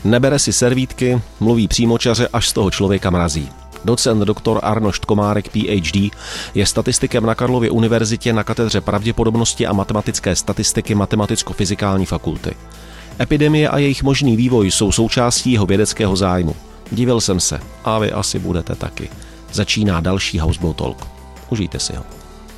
Nebere si servítky, mluví přímočaře, až z toho člověka mrazí. Docent dr. Arnošt Komárek, PhD, je statistikem na Karlově univerzitě na katedře pravděpodobnosti a matematické statistiky Matematicko-fyzikální fakulty. Epidemie a jejich možný vývoj jsou součástí jeho vědeckého zájmu. Divil jsem se, a vy asi budete taky. Začíná další Houseboat Talk. Užijte si ho.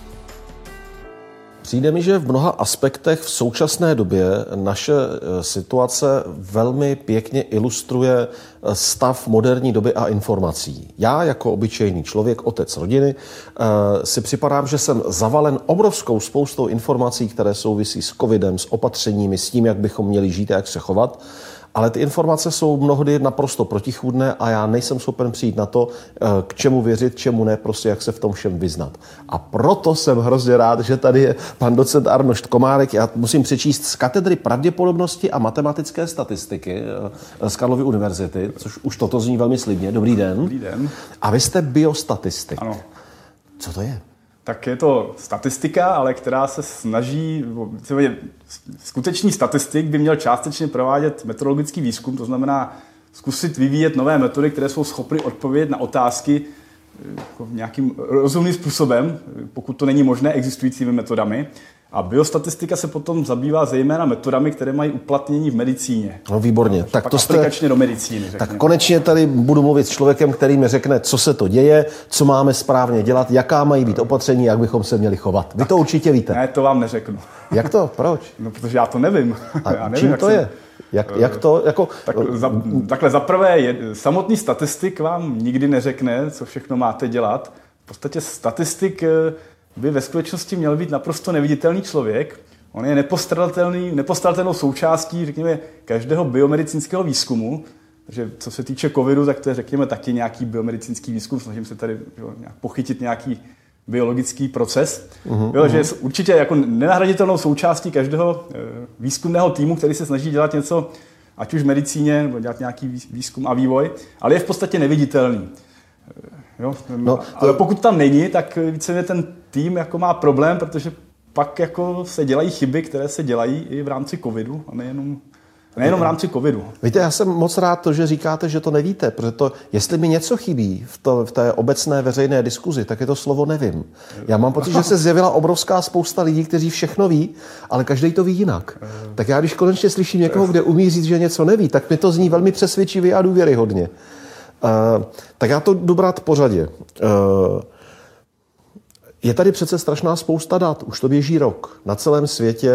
Přijde mi, že v mnoha aspektech v současné době naše situace velmi pěkně ilustruje stav moderní doby a informací. Já jako obyčejný člověk, otec rodiny, si připadám, že jsem zavalen obrovskou spoustou informací, které souvisí s covidem, s opatřeními, s tím, jak bychom měli žít a jak se chovat. Ale ty informace jsou mnohdy naprosto protichůdné a já nejsem schopen přijít na to, k čemu věřit, čemu ne, prostě jak se v tom všem vyznat. A proto jsem hrozně rád, že tady je pan docent Arnošt Komárek. Já musím přečíst z katedry pravděpodobnosti a matematické statistiky z Karlovy univerzity, což už toto zní velmi slibně. Dobrý den. Dobrý den. A vy jste biostatistik. Ano. Co to je? Tak je to statistika, ale která se snaží, skutečný statistik by měl částečně provádět metodologický výzkum, to znamená zkusit vyvíjet nové metody, které jsou schopny odpovědět na otázky nějakým rozumným způsobem, pokud to není možné existujícími metodami. A biostatistika se potom zabývá zejména metodami, které mají uplatnění v medicíně. No výborně. No, tak to aplikačně do medicíny. Tak konečně tady budu mluvit s člověkem, který mi řekne, co se to děje, co máme správně dělat, jaká mají být opatření, jak bychom se měli chovat. Vy to určitě víte. Ne, to vám neřeknu. Jak to? Proč? No, protože já to nevím. A já nevím, čím to je? Jak to? Jako... Takhle zaprvé, samotný statistik vám nikdy neřekne, co všechno máte dělat. V podstatě statistik by ve skutečnosti měl být naprosto neviditelný člověk. On je nepostradatelnou součástí, řekněme, každého biomedicínského výzkumu. Takže co se týče covidu, tak to je, řekněme, taky nějaký biomedicínský výzkum. Snažím se tady nějak pochytit nějaký biologický proces. Že je určitě jako nenahraditelnou součástí každého výzkumného týmu, který se snaží dělat něco, ať už v medicíně, nebo dělat nějaký výzkum a vývoj, ale je v podstatě neviditelný. Ale pokud tam není, tak víceméně ten tým jako má problém, protože pak jako se dělají chyby, které se dělají i v rámci covidu a nejenom v rámci covidu. Víte, já jsem moc rád to, že říkáte, že to nevíte, protože jestli mi něco chybí v té obecné veřejné diskuzi, tak je to slovo nevím. Já mám pocit, že se zjevila obrovská spousta lidí, kteří všechno ví, ale každý to ví jinak. Tak já, když konečně slyším někoho, kde umí říct, že něco neví, tak mi to zní velmi přesvědčivě a důvěryhodně. Tak já to jdu brát pořadě. Je tady přece strašná spousta dat, už to běží rok. Na celém světě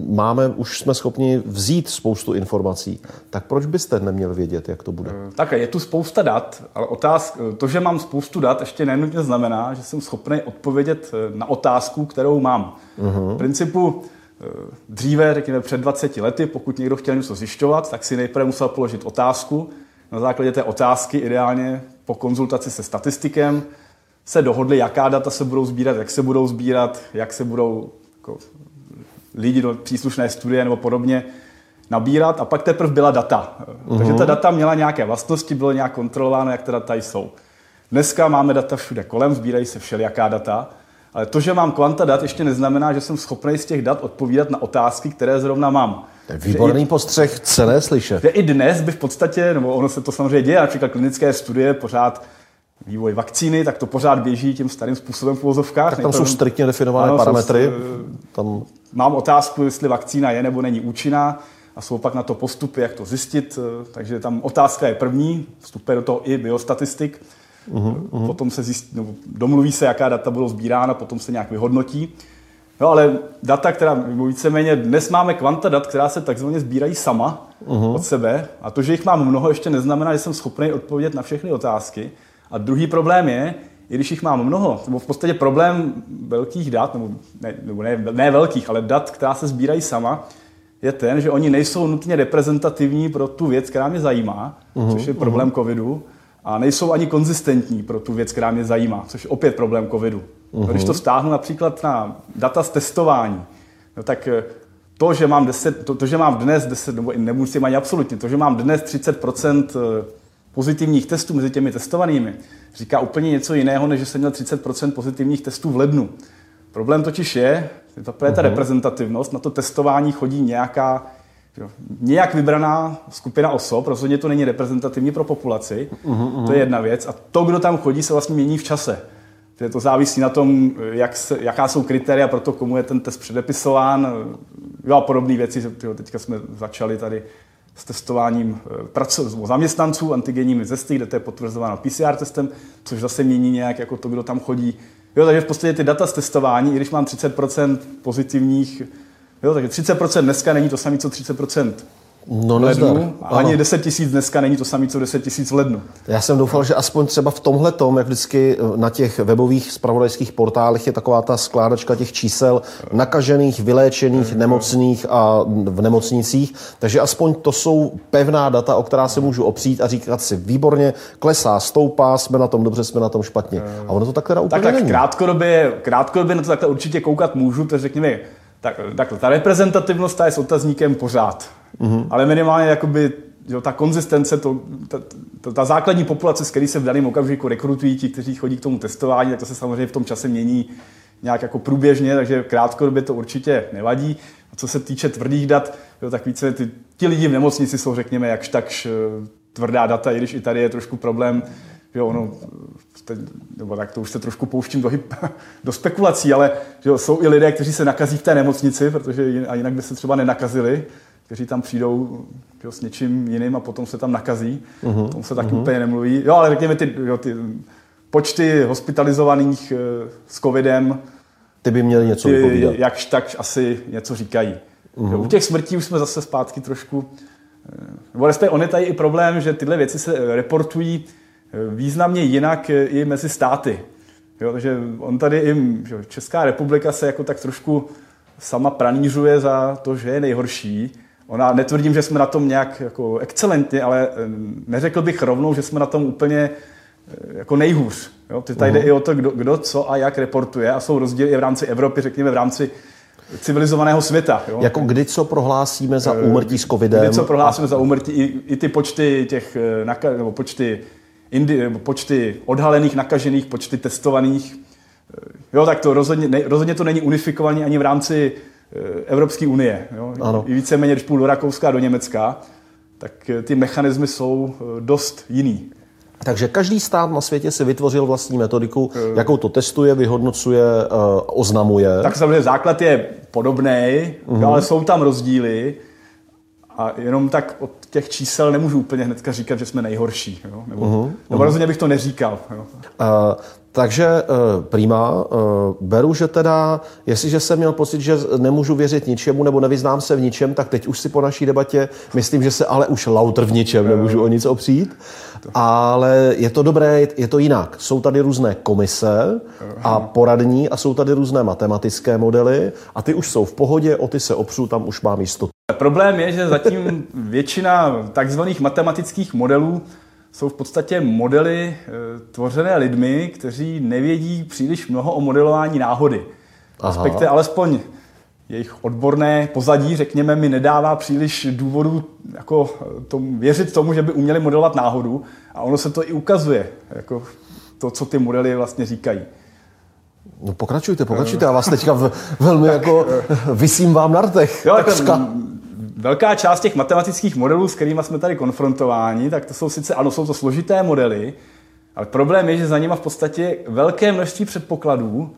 už jsme schopni vzít spoustu informací. Tak proč byste neměl vědět, jak to bude? Tak je tu spousta dat, ale to, že mám spoustu dat, ještě nenutně znamená, že jsem schopný odpovědět na otázku, kterou mám. V principu dříve, řekněme před 20 lety, pokud někdo chtěl něco zjišťovat, tak si nejprve musel položit otázku. Na základě té otázky, ideálně po konzultaci se statistikem, se dohodli, jaká data se budou sbírat, jak se budou jako, lidi do příslušné studie nebo podobně nabírat a pak teprve byla data. Takže ta data měla nějaké vlastnosti, bylo nějak kontrolováno, jak ta data jsou. Dneska máme data všude kolem, sbírají se všelijaká data, ale to, že mám kvanta dat, ještě neznamená, že jsem schopný z těch dat odpovídat na otázky, které zrovna mám. Výborný postřeh, cené slyšet. Že i dnes by v podstatě, nebo ono se to samozřejmě děje, například klinické studie, pořád vývoj vakcíny, tak to pořád běží tím starým způsobem v uvozovkách. Tak tam jsou striktně definované parametry. Mám otázku, jestli vakcína je nebo není účinná a jsou pak na to postupy, jak to zjistit. Takže tam otázka je první, vstupuje do toho i biostatistik. Potom se domluví se, jaká data budou sbírána, potom se nějak vyhodnotí. No ale data, která víceméně, dnes máme kvanta dat, která se takzvaně sbírají sama od sebe. A to, že jich mám mnoho, ještě neznamená, že jsem schopný odpovědět na všechny otázky. A druhý problém je, i když jich mám mnoho, nebo v podstatě problém velkých dat, nebo ne velkých, ale dat, která se sbírají sama, je ten, že oni nejsou nutně reprezentativní pro tu věc, která mě zajímá, což je problém covidu, a nejsou ani konzistentní pro tu věc, která mě zajímá, což je opět problém covidu. Když to stáhnu například na data z testování, no tak to, že mám dnes 10, nebo nemusím ani absolutně, to, že mám dnes 30% pozitivních testů mezi těmi testovanými, říká úplně něco jiného, než že jsem měl 30% pozitivních testů v lednu. Problém totiž je ta reprezentativnost, na to testování chodí nějaká nějak vybraná skupina osob, rozhodně to není reprezentativní pro populaci, to je jedna věc. A to, kdo tam chodí, se vlastně mění v čase. To závisí na tom, jaká jsou kritéria pro to, komu je ten test předepisován. A podobné věci. Teďka jsme začali tady s testováním zaměstnanců antigenními testy, kde to je potvrzováno PCR testem, což zase mění nějak jako to, kdo tam chodí. Takže v podstatě ty data z testování, i když mám 30% pozitivních, takže 30% dneska není to samé, co 30% v lednu, a ani 10 000 dneska není to samé, co 10 000 v lednu. Já jsem doufal, že aspoň třeba v tomhletom, jak vždycky na těch webových zpravodajských portálech je taková ta skládačka těch čísel nakažených, vyléčených, nemocných a v nemocnicích, takže aspoň to jsou pevná data, o která se můžu opřít a říkat si výborně, klesá, stoupá, jsme na tom dobře, jsme na tom špatně. A ono to tak teda úplně není. Krátkodobě na to takhle určitě koukat můžu, takže řekněme, takhle, ta reprezentativnost ta je s otazníkem pořád. Ale minimálně jakoby, ta konzistence, ta základní populace, s který se v daném okamžiku rekrutují ti, kteří chodí k tomu testování, tak to se samozřejmě v tom čase mění nějak jako průběžně, takže krátkodobě to určitě nevadí. A co se týče tvrdých dat, tak více ti lidi v nemocnici jsou, řekněme, jakž takž tvrdá data, i když i tady je trošku problém, nebo tak to už se trošku pouštím do spekulací, ale jsou i lidé, kteří se nakazí v té nemocnici, protože jinak by se třeba nenakazili, kteří tam přijdou s něčím jiným a potom se tam nakazí. O tom se taky úplně nemluví. Ale řekněme ty počty hospitalizovaných s covidem, ty by měly něco vypovídat. Jakž tak asi něco říkají. U těch smrtí už jsme zase zpátky trošku. On je tady i problém, že tyhle věci se reportují významně jinak i mezi státy. Takže on tady Česká republika se jako tak trošku sama pranířuje za to, že je nejhorší. Ona, netvrdím, že jsme na tom nějak jako excelentně, ale neřekl bych rovnou, že jsme na tom úplně jako nejhůř. Tady jde i o to, kdo co a jak reportuje a jsou rozdíly i v rámci Evropy, řekněme v rámci civilizovaného světa. Jako kdy co prohlásíme za úmrtí s covidem? Kdy co prohlásíme za úmrtí, i ty počty nebo počty odhalených, nakažených, počty testovaných. Tak to rozhodně to není unifikovaný ani v rámci Evropské unie. I víceméně, když půjdu do Rakouska a do Německa, tak ty mechanismy jsou dost jiný. Takže každý stát na světě si vytvořil vlastní metodiku, jakou to testuje, vyhodnocuje, oznamuje. Tak samozřejmě základ je podobný, ale jsou tam rozdíly a jenom tak od těch čísel nemůžu úplně hnedka říkat, že jsme nejhorší. Nebo rozhodně bych to neříkal. Takže prima, beru, že teda, jestliže jsem měl pocit, že nemůžu věřit ničemu nebo nevyznám se v ničem, tak teď už si po naší debatě myslím, že se ale už lautr v ničem nemůžu o nic opřít. Ale je to dobré, je to jinak. Jsou tady různé komise a poradní a jsou tady různé matematické modely a ty už jsou v pohodě, o ty se opřu, tam už mám jistotu. Problém je, že zatím většina takzvaných matematických modelů jsou v podstatě modely tvořené lidmi, kteří nevědí příliš mnoho o modelování náhody. Respektive alespoň jejich odborné pozadí, řekněme, mi nedává příliš důvodů jako věřit tomu, že by uměli modelovat náhodu. A ono se to i ukazuje, jako to, co ty modely vlastně říkají. No pokračujte, já vás teďka velmi jako visím vám na rtech. Velká část těch matematických modelů, s kterými jsme tady konfrontováni, tak to jsou sice, ano, jsou to složité modely, ale problém je, že za nimi v podstatě velké množství předpokladů,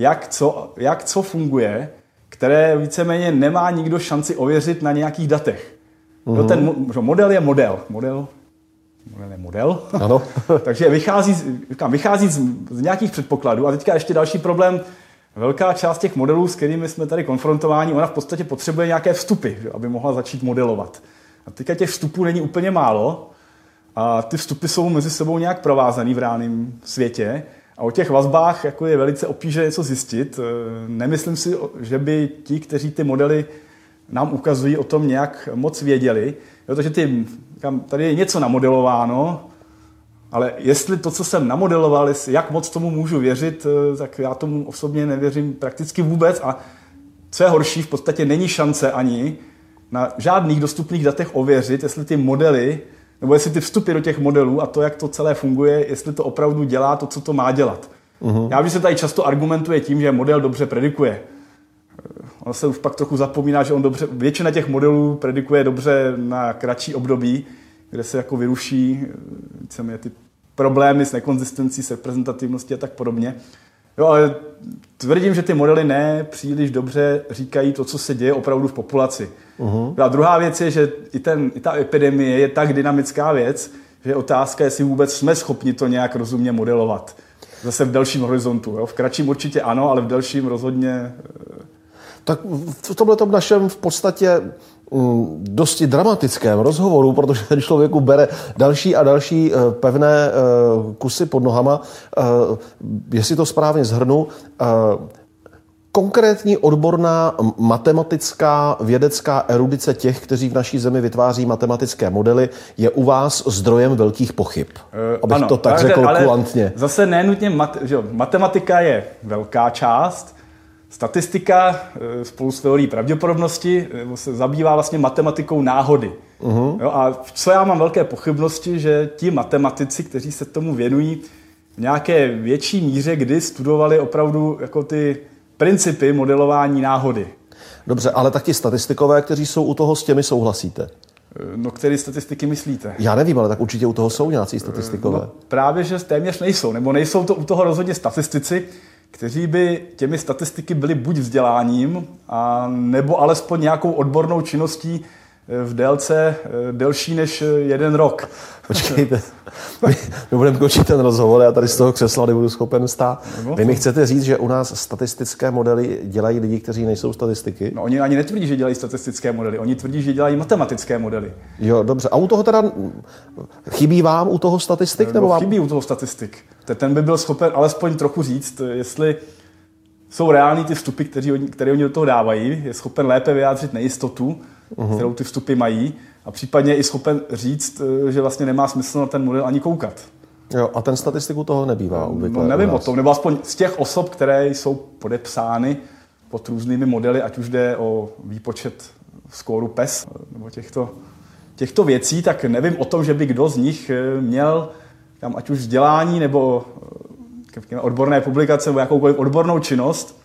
jak co funguje, které víceméně nemá nikdo šanci ověřit na nějakých datech. Ten model je model. Model je model. Ano. Takže vychází z nějakých předpokladů. A teďka ještě další problém. Velká část těch modelů, s kterými jsme tady konfrontováni, ona v podstatě potřebuje nějaké vstupy, aby mohla začít modelovat. A teďka těch vstupů není úplně málo a ty vstupy jsou mezi sebou nějak provázaný v reálném světě a o těch vazbách jako je velice obtížné něco zjistit. Nemyslím si, že by ti, kteří ty modely nám ukazují, o tom nějak moc věděli. Takže tady je něco namodelováno, ale jestli to, co jsem namodeloval, jak moc tomu můžu věřit, tak já tomu osobně nevěřím prakticky vůbec. A co je horší, v podstatě není šance ani na žádných dostupných datech ověřit, jestli ty modely, nebo jestli ty vstupy do těch modelů a to, jak to celé funguje, jestli to opravdu dělá to, co to má dělat. Já vím, že se tady často argumentuje tím, že model dobře predikuje. ono se už pak trochu zapomíná, že většina těch modelů predikuje dobře na kratší období, kde se jako vyruší ty problémy s nekonzistencí, s reprezentativností a tak podobně. Jo, ale tvrdím, že ty modely ne příliš dobře říkají to, co se děje opravdu v populaci. A druhá věc je, že i ta epidemie je tak dynamická věc, že je otázka, jestli vůbec jsme schopni to nějak rozumně modelovat. Zase v delším horizontu. Jo? V kratším určitě ano, ale v delším rozhodně... Tak v tomhletom našem v podstatě dosti dramatickém rozhovoru, protože ten člověku bere další a další pevné kusy pod nohama, jestli to správně shrnu, konkrétní odborná matematická vědecká erudice těch, kteří v naší zemi vytváří matematické modely, je u vás zdrojem velkých pochyb. Abych to tak řekl kulantně. Zase nenutně matematika je velká část, statistika spolu s teorií pravděpodobnosti se zabývá vlastně matematikou náhody. Jo, a co já mám velké pochybnosti, že ti matematici, kteří se tomu věnují v nějaké větší míře, kdy studovali opravdu jako ty principy modelování náhody. Dobře, ale tak ti statistikové, kteří jsou u toho, s těmi souhlasíte? No, které statistiky myslíte? Já nevím, ale tak určitě u toho jsou nějací statistikové. No, právě, že téměř nejsou, nebo nejsou to u toho rozhodně statistici, kteří by těmi statistiky byli buď vzděláním, nebo alespoň nějakou odbornou činností v délce delší než 1 rok. Počkejte, my budeme končit ten rozhovor, já tady z toho křesla nebudu schopen stát. Vy mi chcete říct, že u nás statistické modely dělají lidi, kteří nejsou statistiky? No, oni ani netvrdí, že dělají statistické modely, oni tvrdí, že dělají matematické modely. Jo, dobře. A u toho teda chybí vám u toho statistik? Nebo vám... Chybí u toho statistik. Ten by byl schopen alespoň trochu říct, jestli jsou reální ty vstupy, které oni do toho dávají, je schopen lépe vyjádřit nejistotu, kterou ty vstupy mají, a případně je i schopen říct, že vlastně nemá smysl na ten model ani koukat. Jo, a ten statistik u toho nebývá obvykle. No, nevím o tom, nebo aspoň z těch osob, které jsou podepsány pod různými modely, ať už jde o výpočet skóru PES nebo těchto věcí, tak nevím o tom, že by kdo z nich měl tam ať už vzdělání nebo odborné publikace nebo jakoukoliv odbornou činnost,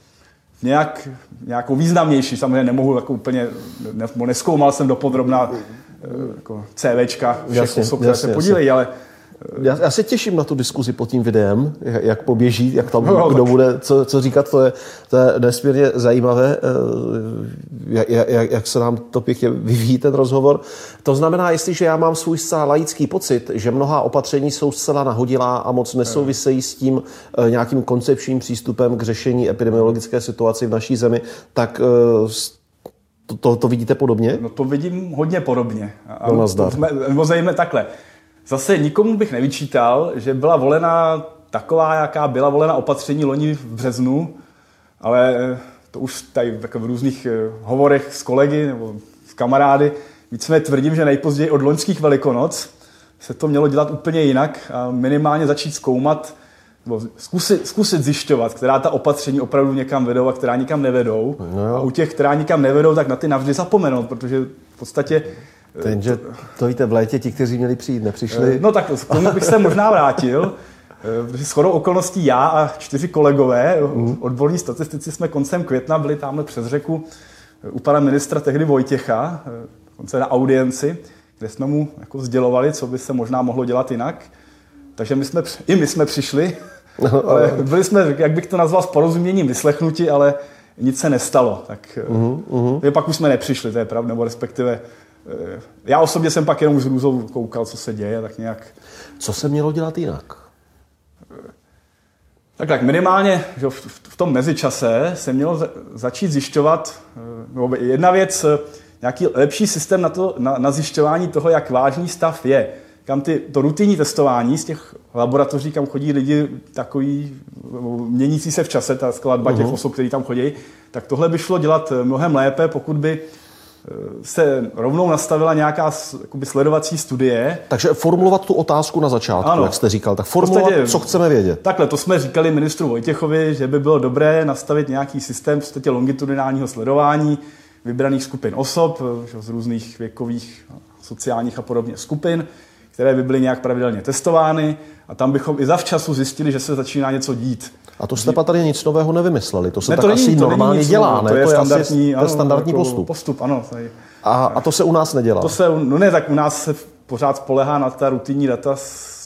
nějakou významnější, samozřejmě nemohu jako úplně, nezkoumal jsem dopodrobna jako CVčka všech osob, které se podílejí, ale... Já se těším na tu diskuzi pod tím videem, jak poběží, jak tam kdo bude co říkat, to je nesmírně zajímavé, jak se nám to pěkně vyvíjí ten rozhovor. To znamená, jestliže já mám svůj zcela laický pocit, že mnohá opatření jsou zcela nahodilá a moc nesouvisejí s tím nějakým koncepčním přístupem k řešení epidemiologické situace v naší zemi, tak to vidíte podobně? No to vidím hodně podobně. No nazdar. Nebo zajímavé takhle. Zase nikomu bych nevyčítal, že byla volena taková, jaká byla volena opatření loni v březnu, ale to už tady v různých hovorech s kolegy nebo s kamarády víceméně tvrdím, že nejpozději od loňských Velikonoc se to mělo dělat úplně jinak a minimálně začít zkoumat, nebo zkusit zjišťovat, která ta opatření opravdu někam vedou a která nikam nevedou. No. A u těch, která nikam nevedou, tak na ty navždy zapomenout, protože v podstatě takže to víte, v létě ti, kteří měli přijít, nepřišli. No tak k tomu bych se možná vrátil. Protože shodou okolností já a 4 kolegové, odborní statistici, jsme koncem května byli tamhle přes řeku u pana ministra tehdy Vojtěcha, konce na audienci, kde jsme mu jako sdělovali, co by se možná mohlo dělat jinak. Takže my jsme přišli, ale byli jsme, jak bych to nazval, s porozuměním vyslechnuti, ale nic se nestalo. Tak pak už jsme nepřišli, to je pravda, nebo respektive já osobně jsem pak jenom s hrůzou koukal, co se děje, tak nějak. Co se mělo dělat jinak? Tak minimálně že v tom mezičase se mělo začít zjišťovat, jedna věc, nějaký lepší systém na zjišťování toho, jak vážný stav je. Kam to rutinní testování z těch laboratoří, kam chodí lidi takový měnící se v čase, ta skladba těch osob, kteří tam chodí, tak tohle by šlo dělat mnohem lépe, pokud by se rovnou nastavila nějaká jakoby sledovací studie. Takže formulovat tu otázku na začátku, ano, jak jste říkal, tak formulovat, co chceme vědět. Takhle, to jsme říkali ministru Vojtěchovi, že by bylo dobré nastavit nějaký systém v podstatě longitudinálního sledování vybraných skupin osob z různých věkových, sociálních a podobně skupin, které by byly nějak pravidelně testovány a tam bychom i zavčasu zjistili, že se začíná něco dít. A to jste tady nic nového nevymysleli, to se tak to asi normálně dělá, ne? To je standardní jako postup. Postup, ano. A to se u nás nedělá? Tak u nás se pořád spolehá na ta rutinní data z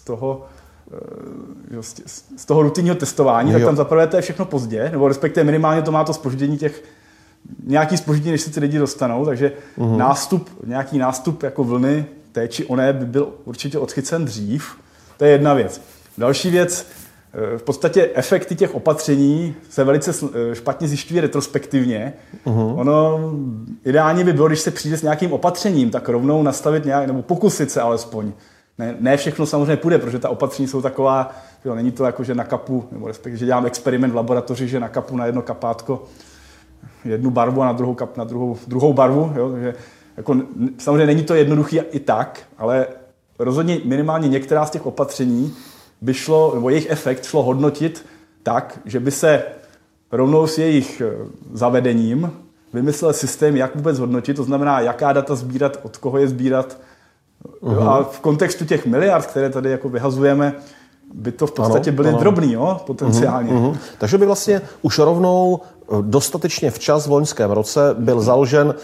toho rutinního testování, tak tam zaprvé to je všechno pozdě, nebo respektive minimálně to má to zpoždění nějaký zpoždění, než se ty lidi dostanou, takže nějaký nástup jako vlny té či oné by byl určitě odchycen dřív. To je jedna věc. Další věc, v podstatě efekty těch opatření se velice špatně zjišťují retrospektivně. Ono ideálně by bylo, když se přijde s nějakým opatřením, tak rovnou nastavit nějak, nebo pokusit se alespoň. Ne všechno samozřejmě půjde, protože ta opatření jsou taková, jo, není to jako, že nakapu, nebo respektive, že dělám experiment v laboratoři, že nakapu na jedno kapátko jednu barvu a na druhou barvu. Jo, takže jako, samozřejmě není to jednoduchý i tak, ale rozhodně minimálně některá z těch opatření by šlo, nebo jejich efekt šlo hodnotit tak, že by se rovnou s jejich zavedením vymyslel systém, jak vůbec hodnotit, to znamená, jaká data sbírat, od koho je sbírat. A v kontextu těch miliard, které tady jako vyhazujeme, by to v podstatě byly drobný, jo, potenciálně. Takže by vlastně už rovnou dostatečně včas v loňském roce byl založen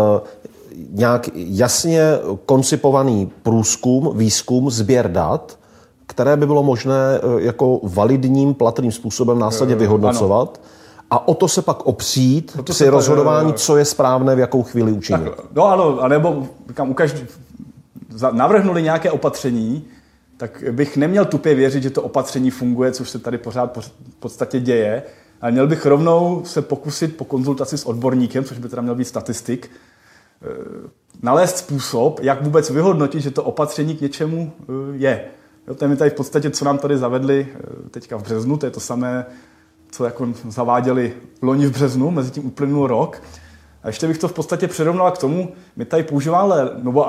nějak jasně koncipovaný výzkum, sběr dat, které by bylo možné jako validním, platným způsobem následně vyhodnocovat. A o to se pak opřít při rozhodování, co je správné, v jakou chvíli učinit. No ano, anebo navrhnuli nějaké opatření, tak bych neměl tupě věřit, že to opatření funguje, což se tady pořád v podstatě děje, ale měl bych rovnou se pokusit po konzultaci s odborníkem, což by teda měl být statistik, nalézt způsob, jak vůbec vyhodnotit, že to opatření k něčemu je. Jo, to je mi tady v podstatě, co nám tady zavedli teďka v březnu, to je to samé, co jako zaváděli loni v březnu, mezi tím uplynul rok. A ještě bych to v podstatě přirovnal k tomu, my tady používáme,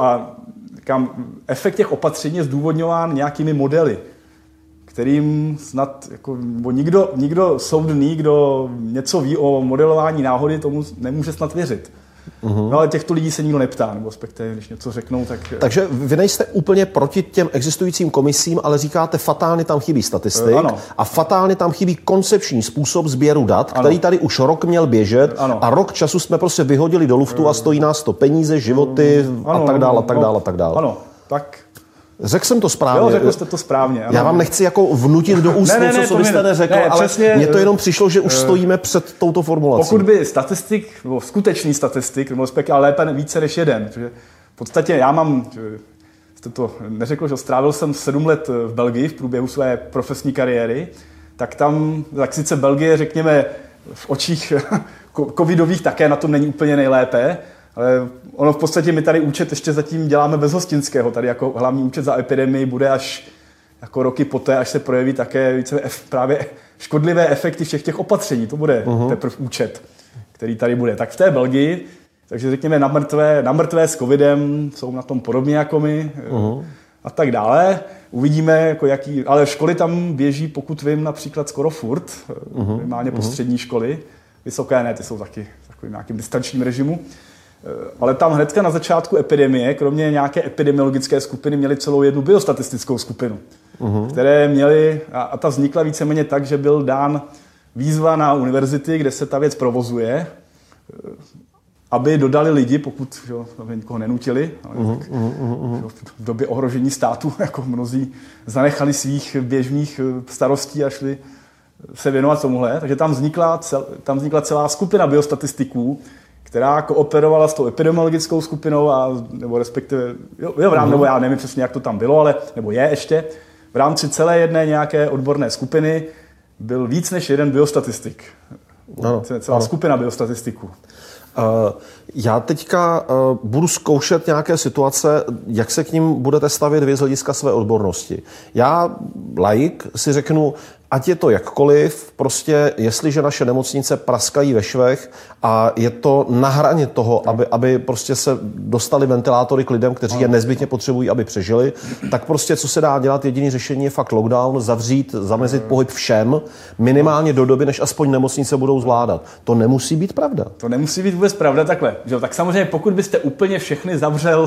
efekt těch opatření je zdůvodňován nějakými modely, kterým snad jako, nikdo soudný, kdo něco ví o modelování náhody, tomu nemůže snad věřit. No ale těchto lidí se nikdo neptá, nebo respektive, když něco řeknou, tak... Takže vy nejste úplně proti těm existujícím komisím, ale říkáte, fatálně tam chybí statistik a fatálně tam chybí koncepční způsob sběru dat, který tady už rok měl běžet a rok času jsme prostě vyhodili do luftu a stojí nás to peníze, životy a tak dále. Ano, tak... Řekl jsem to správně. Jo, řekl jste to správně. Ano. Já vám nechci jako vnutit do úst něco, co byste neřekl, ale mně to jenom přišlo, že už stojíme před touto formulací. Pokud by statistik, nebo skutečný statistik, nebo respektive lépe více než jeden, protože v podstatě já mám, jste to neřekl, že strávil jsem 7 let v Belgii v průběhu své profesní kariéry, tak sice Belgie, řekněme, v očích covidových také na tom není úplně nejlépe, ale ono v podstatě my tady účet ještě zatím děláme bez hostinského. Tady jako hlavní účet za epidemii bude až jako roky poté, až se projeví také více právě škodlivé efekty všech těch opatření. To bude teprve účet, který tady bude. Tak v té Belgii, takže řekněme na mrtvé s covidem jsou na tom podobně jako my a tak dále. Uvidíme, jako ale školy tam běží, pokud vím, například skoro furt, minimálně postřední školy. Vysoké ne, ty jsou taky v nějakém distančním režimu. Ale tam hnedka na začátku epidemie, kromě nějaké epidemiologické skupiny, měli celou jednu biostatistickou skupinu, které měly, a ta vznikla víceméně tak, že byl dán výzva na univerzity, kde se ta věc provozuje, aby dodali lidi, pokud nikoho nenutili, v době ohrožení státu, jako mnozí zanechali svých běžných starostí a šli se věnovat tomuhle. Takže tam vznikla celá skupina biostatistiků, která kooperovala s tou epidemiologickou skupinou, nebo respektive, nebo já nevím přesně, jak to tam bylo, nebo je ještě, v rámci celé jedné nějaké odborné skupiny byl víc než jeden biostatistik. Celá skupina biostatistiků. Já teďka budu zkoušet nějaké situace, jak se k nim budete stavět vy z hlediska své odbornosti. Já, laik, si řeknu, ať je to jakkoliv, prostě jestliže naše nemocnice praskají ve švech a je to na hraně toho, aby prostě se dostali ventilátory k lidem, kteří je nezbytně potřebují, aby přežili, tak prostě co se dá dělat, jediný řešení je fakt lockdown, zavřít, zamezit pohyb všem, minimálně do doby, než aspoň nemocnice budou zvládat. To nemusí být pravda. To nemusí být vůbec pravda takhle. Že? Tak samozřejmě pokud byste úplně všechny zavřel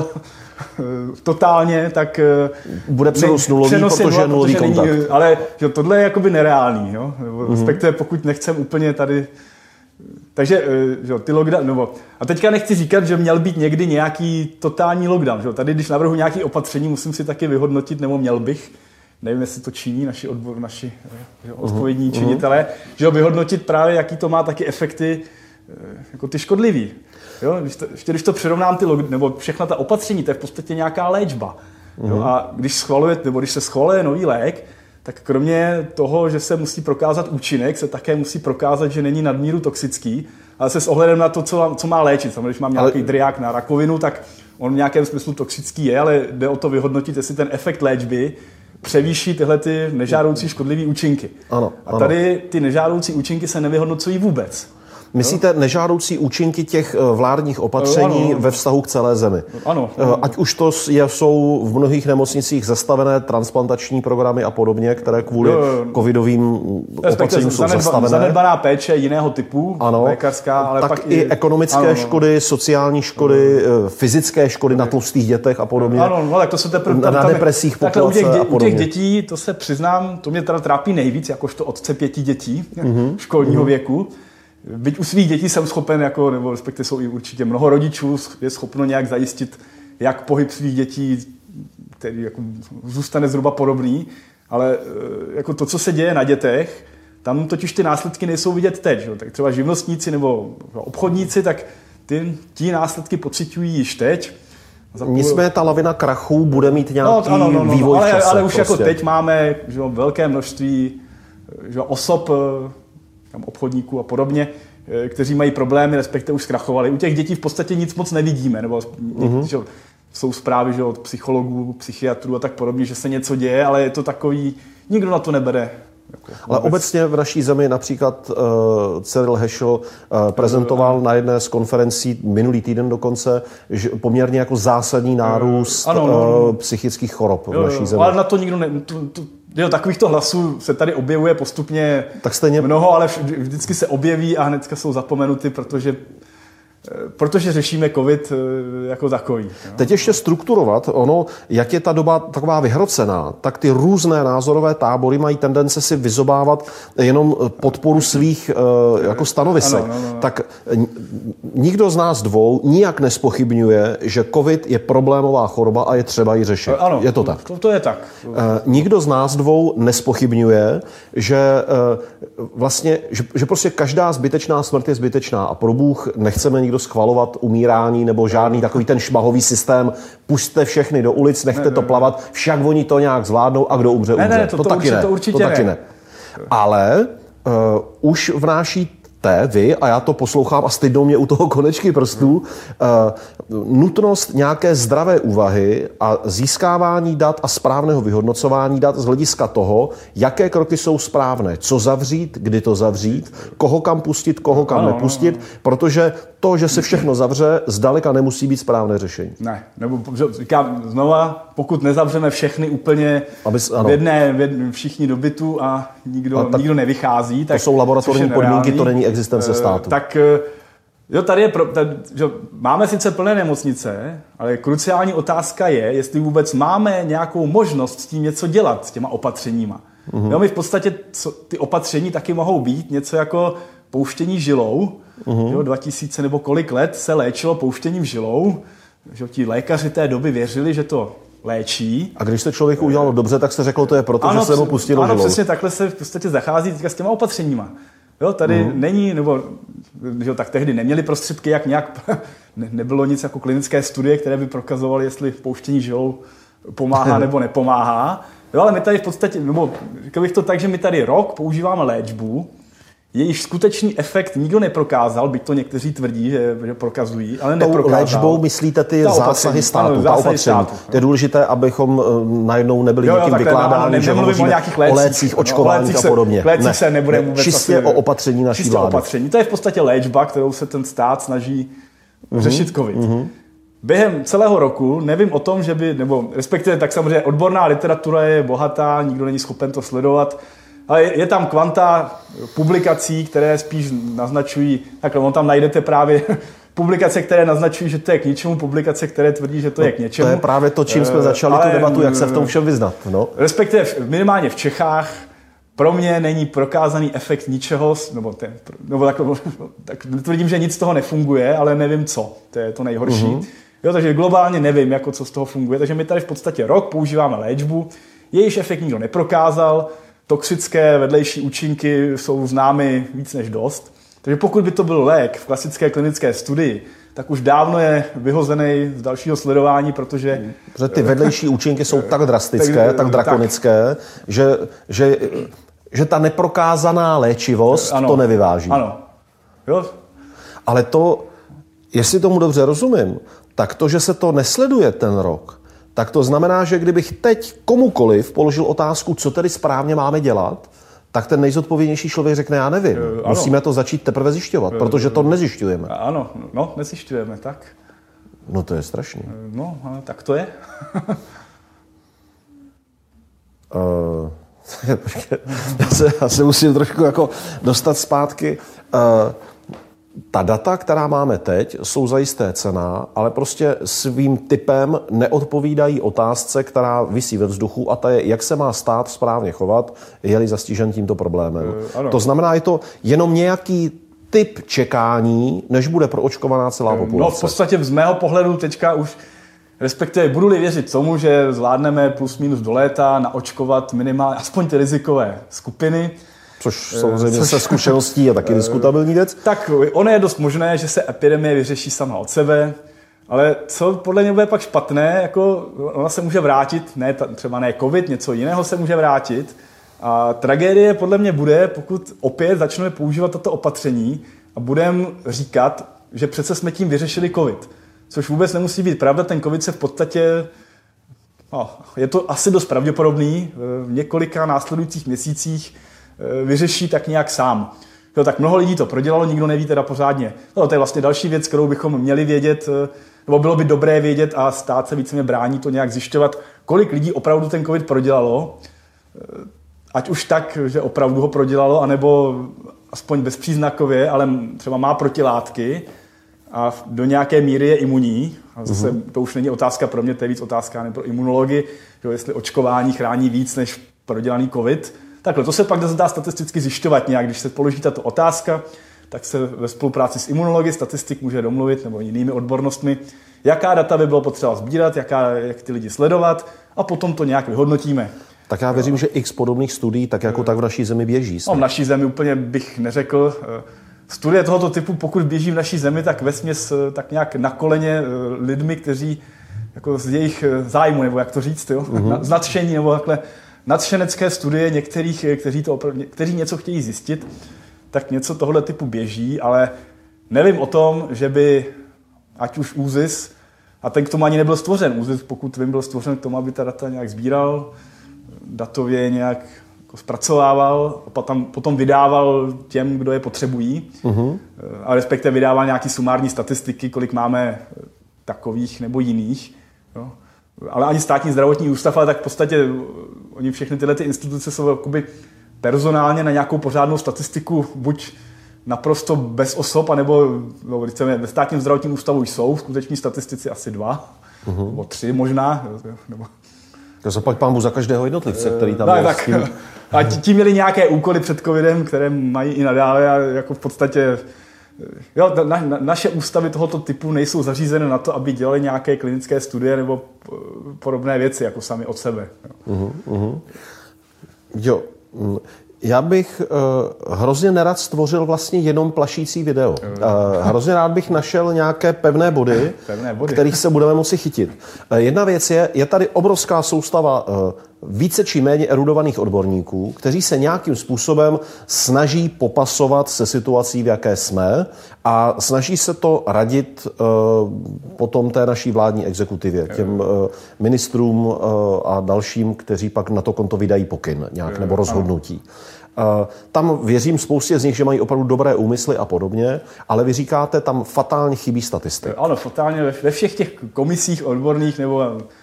totálně, tak bude přenos nulový, protože je nulový kontakt. Ale že tohle je jakoby nereálný, jo? Respektive pokud nechcem úplně tady. Takže že, ty lockdown, a teďka nechci říkat, že měl být někdy nějaký totální lockdown. Že? Tady, když navrhu nějaké opatření, musím si taky vyhodnotit, nebo měl bych, nevím, jestli to činí naši odpovědní činitelé, že vyhodnotit právě, jaký to má taky efekty, jako ty škodlivý. Jo? Když to přirovnám, nebo všechna ta opatření, to je v podstatě nějaká léčba. Jo? A když se schvaluje nový lék, tak kromě toho, že se musí prokázat účinek, se také musí prokázat, že není nadmíru toxický, ale se s ohledem na to, co má léčit. Samozřejmě, když mám nějaký driák na rakovinu, tak on v nějakém smyslu toxický je, ale jde o to vyhodnotit, jestli ten efekt léčby převýší tyhle ty nežádoucí škodlivé účinky. Ano. A tady ty nežádoucí účinky se nevyhodnocují vůbec. Myslíte nežádoucí účinky těch vládních opatření ve vztahu k celé zemi? Ano. Ať už to jsou v mnohých nemocnicích zastavené transplantační programy a podobně, které kvůli covidovým opatřením jsou zastavené. Zanedbaná péče jiného typu, lékařská, ale tak pak i ekonomické škody, sociální škody, fyzické škody na tlustých dětech a podobně. Ano, tak to se teprve na depresích populace a podobně. U těch dětí, to se přiznám, to mě teda trápí nejvíc, jakožto otce 5 dětí školního věku. Byť u svých dětí jsem schopen, nebo respektive jsou i určitě mnoho rodičů, je schopno nějak zajistit, jak pohyb svých dětí, který jako zůstane zhruba podobný, ale jako to, co se děje na dětech, tam totiž ty následky nejsou vidět teď. Že? Tak třeba živnostníci nebo obchodníci, tak ti následky pociťují již teď. Nicméně ta lavina krachů bude mít nějaký vývoj v čase. Ale už prostě. Jako teď máme velké množství osob, obchodníků a podobně, kteří mají problémy, respektive už zkrachovali. U těch dětí v podstatě nic moc nevidíme, nebo že jsou zprávy, že od psychologů, psychiatrů a tak podobně, že se něco děje, ale je to takový, nikdo na to nebere. Ale obecně v naší zemi například Cyril Hešel prezentoval na jedné z konferencí minulý týden dokonce, že poměrně jako zásadní nárůst psychických chorob v naší zemi. Ale na to nikdo takovýchto hlasů se tady objevuje postupně tak stejně mnoho, ale vždycky se objeví a hnedka jsou zapomenuty, protože řešíme covid jako takový. Jo. Teď ještě strukturovat, jak je ta doba taková vyhrocená, tak ty různé názorové tábory mají tendence si vyzobávat jenom podporu svých jako stanovisek. Ano. Tak nikdo z nás dvou nijak nespochybňuje, že covid je problémová choroba a je třeba ji řešit. Ano, je to tak? To je tak. Nikdo z nás dvou nespochybňuje, že vlastně, že prostě každá zbytečná smrt je zbytečná a pro Bůh nechceme nikdo schvalovat umírání nebo žádný takový ten šmahový systém. Pusťte všechny do ulic, nechte to plavat, však oni to nějak zvládnou a kdo umře, umře. Ne, to taky ne. Ale už vnášíte vy, a já to poslouchám a stydnou mě u toho konečky prstů, nutnost nějaké zdravé úvahy a získávání dat a správného vyhodnocování dat z hlediska toho, jaké kroky jsou správné, co zavřít, kdy to zavřít, koho kam pustit, koho kam nepustit, protože to, že se všechno zavře, zdaleka nemusí být správné řešení. Ne, nebo říkám znova, pokud nezavřeme všechny úplně všichni do bytu a nikdo nevychází. Tak to jsou laboratorní podmínky, to není existence státu. Tak tady je máme sice plné nemocnice, ale kruciální otázka je, jestli vůbec máme nějakou možnost s tím něco dělat, s těma opatřeníma. Jo, my v podstatě ty opatření taky mohou být něco jako pouštění žilou. 2000 nebo kolik let se léčilo pouštěním žilou. Že ti lékaři té doby věřili, že to léčí. A když se člověku udělalo dobře, tak se řeklo, to je proto, že se mu pustilo žilou. Ano, přesně takhle se v podstatě zachází teďka s těma opatřeníma. Jo, tady není, nebo tak tehdy neměli prostředky, jak nějak nebylo nic jako klinické studie, které by prokazovaly, jestli pouštění žilou pomáhá nebo nepomáhá. Jo, ale my tady v podstatě, nebo řekl bych to tak, že my tady rok používáme léčbu, jejíž skutečný efekt nikdo neprokázal, byť to někteří tvrdí, že prokazují, ale neprokázal. Léčbou myslíte ty zásahy státu, ta opatření. To je důležité, abychom najednou nebyli někým vykládáni, že hovoříme o lécích, očkování a podobně. Lécích se nebude vůbec čistě o opatření naší vlády. Opatření. To je v podstatě léčba, kterou se ten stát snaží řešit covid. Během celého roku nevím o tom, že by, nebo respektive tak samozřejmě odborná literatura je bohatá, nikdo není schopen to sledovat, ale je tam kvanta publikací, které spíš naznačují, takhle, on tam najdete právě publikace, které naznačují, že to je k ničemu, publikace, které tvrdí, že to je k něčemu. To je právě to, čím jsme začali tu debatu, jak se v tom všem vyznat. No. Respektive minimálně v Čechách pro mě není prokázaný efekt ničeho, tak tvrdím, že nic z toho nefunguje, ale nevím co, to je to nejhorší. Jo, takže globálně nevím, jako co z toho funguje, takže my tady v podstatě rok používáme léčbu, jejíž efekt nikdo neprokázal, toxické vedlejší účinky jsou známy víc než dost. Takže pokud by to byl lék v klasické klinické studii, tak už dávno je vyhozený z dalšího sledování, protože ty vedlejší účinky jsou tak drastické, tak drakonické, že ta neprokázaná léčivost to nevyváží. Ano. Jo. Ale to, jestli tomu dobře rozumím, tak to, že se to nesleduje ten rok, tak to znamená, že kdybych teď komukoliv položil otázku, co tedy správně máme dělat, tak ten nejzodpovědnější člověk řekne, já nevím. Musíme to začít teprve zjišťovat, protože to nezjišťujeme. Ano, nezjišťujeme, tak. No to je strašný. No, ale tak to je. Já se musím trošku jako dostat zpátky. Ta data, která máme teď, jsou zajisté cenná, ale prostě svým typem neodpovídají otázce, která visí ve vzduchu, a ta je, jak se má stát správně chovat, je-li zastižen tímto problémem. To znamená, je to jenom nějaký typ čekání, než bude proočkovaná celá populace. No v podstatě z mého pohledu teďka už, respektive budu-li věřit tomu, že zvládneme plus minus do léta naočkovat minimálně aspoň ty rizikové skupiny, což samozřejmě se zkušeností je taky diskutabilní věc. Tak ono je dost možné, že se epidemie vyřeší sama od sebe, ale co podle mě bude pak špatné, jako ona se může vrátit, třeba ne covid, něco jiného se může vrátit. A tragédie podle mě bude, pokud opět začneme používat tato opatření a budeme říkat, že přece jsme tím vyřešili covid. Což vůbec nemusí být pravda, ten covid se v podstatě, je to asi dost pravděpodobný, v několika následujících měsících vyřeší tak nějak sám. Jo, tak mnoho lidí to prodělalo, nikdo neví teda pořádně. No, to je vlastně další věc, kterou bychom měli vědět, nebo bylo by dobré vědět a stát se víceméně brání to nějak zjišťovat, kolik lidí opravdu ten covid prodělalo, ať už tak, že opravdu ho prodělalo, anebo aspoň bezpříznakově, ale třeba má protilátky a do nějaké míry je imunní. A zase to už není otázka pro mě, to je víc otázka ne pro imunology, že jestli očkování chrání víc než prodělaný covid. Takhle, to se pak dá statisticky zjišťovat nějak. Když se položí tato otázka, tak se ve spolupráci s imunology statistik může domluvit, nebo jinými odbornostmi, jaká data by bylo potřeba sbírat, jak ty lidi sledovat, a potom to nějak vyhodnotíme. Tak já věřím, že x podobných studií tak jako tak v naší zemi běží. No, v naší zemi úplně bych neřekl. Studie tohoto typu, pokud běží v naší zemi, tak vesměs tak nějak na koleně lidmi, kteří jako z jejich zájmu, nebo jak to říct, jo? Z nadšení, nebo takhle nadšenecké studie některých, kteří něco chtějí zjistit, tak něco tohle typu běží, ale nevím o tom, že by ať už ÚZIS, a ten k tomu ani nebyl stvořen. ÚZIS, pokud vím, byl stvořen k tomu, aby ta data nějak sbíral, datově nějak jako zpracovával, a potom vydával těm, kdo je potřebují, a respektive vydával nějaký sumární statistiky, kolik máme takových nebo jiných. Jo. Ale ani státní zdravotní ústav, ale tak v podstatě oni všechny tyhle ty instituce jsou jakoby personálně na nějakou pořádnou statistiku buď naprosto bez osob, anebo ve státním zdravotním ústavu jsou skuteční statistici asi 2, nebo 3 možná. Nebo... To zaplať pánbůh za každého jednotlivce, který tam je. Tak. A ti měli nějaké úkoly před covidem, které mají i nadále, a jako v podstatě jo, naše ústavy tohoto typu nejsou zařízené na to, aby dělali nějaké klinické studie nebo podobné věci jako sami od sebe. Jo. Já bych hrozně nerad stvořil vlastně jenom plašící video. Hrozně rád bych našel nějaké pevné body, kterých se budeme moci chytit. Jedna věc je tady obrovská soustava více či méně erudovaných odborníků, kteří se nějakým způsobem snaží popasovat se situací, v jaké jsme, a snaží se to radit potom té naší vládní exekutivě, těm ministrům a dalším, kteří pak na to konto vydají pokyn nějak nebo rozhodnutí. Tam věřím spoustě z nich, že mají opravdu dobré úmysly a podobně, ale vy říkáte, tam fatálně chybí statistik. Ano, fatálně ve všech těch komisích odborných nebo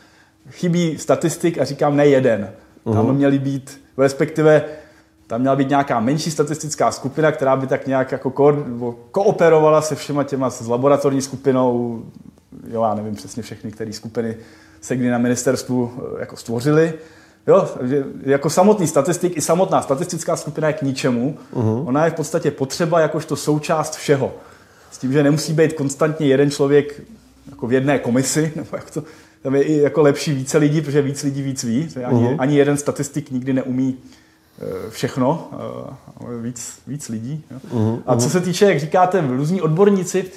chybí statistik, a říkám ne jeden. Tam měly být, respektive tam měla být nějaká menší statistická skupina, která by tak nějak jako kooperovala se všema těma, s laboratorní skupinou, jo, já nevím přesně všechny, které skupiny se kdy na ministerstvu jako stvořily. Jo, jako samotný statistik i samotná statistická skupina je k ničemu. Ona je v podstatě potřeba jakožto součást všeho. S tím, že nemusí být konstantně jeden člověk jako v jedné komisi, nebo jak to, tam je i jako lepší více lidí, protože víc lidí víc ví. Ani jeden statistik nikdy neumí všechno, ale víc lidí. Jo. A co se týče, jak říkáte, různí odborníci,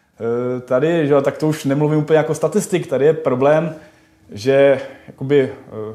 tady, že, tak to už nemluvím úplně jako statistik, tady je problém, že jakoby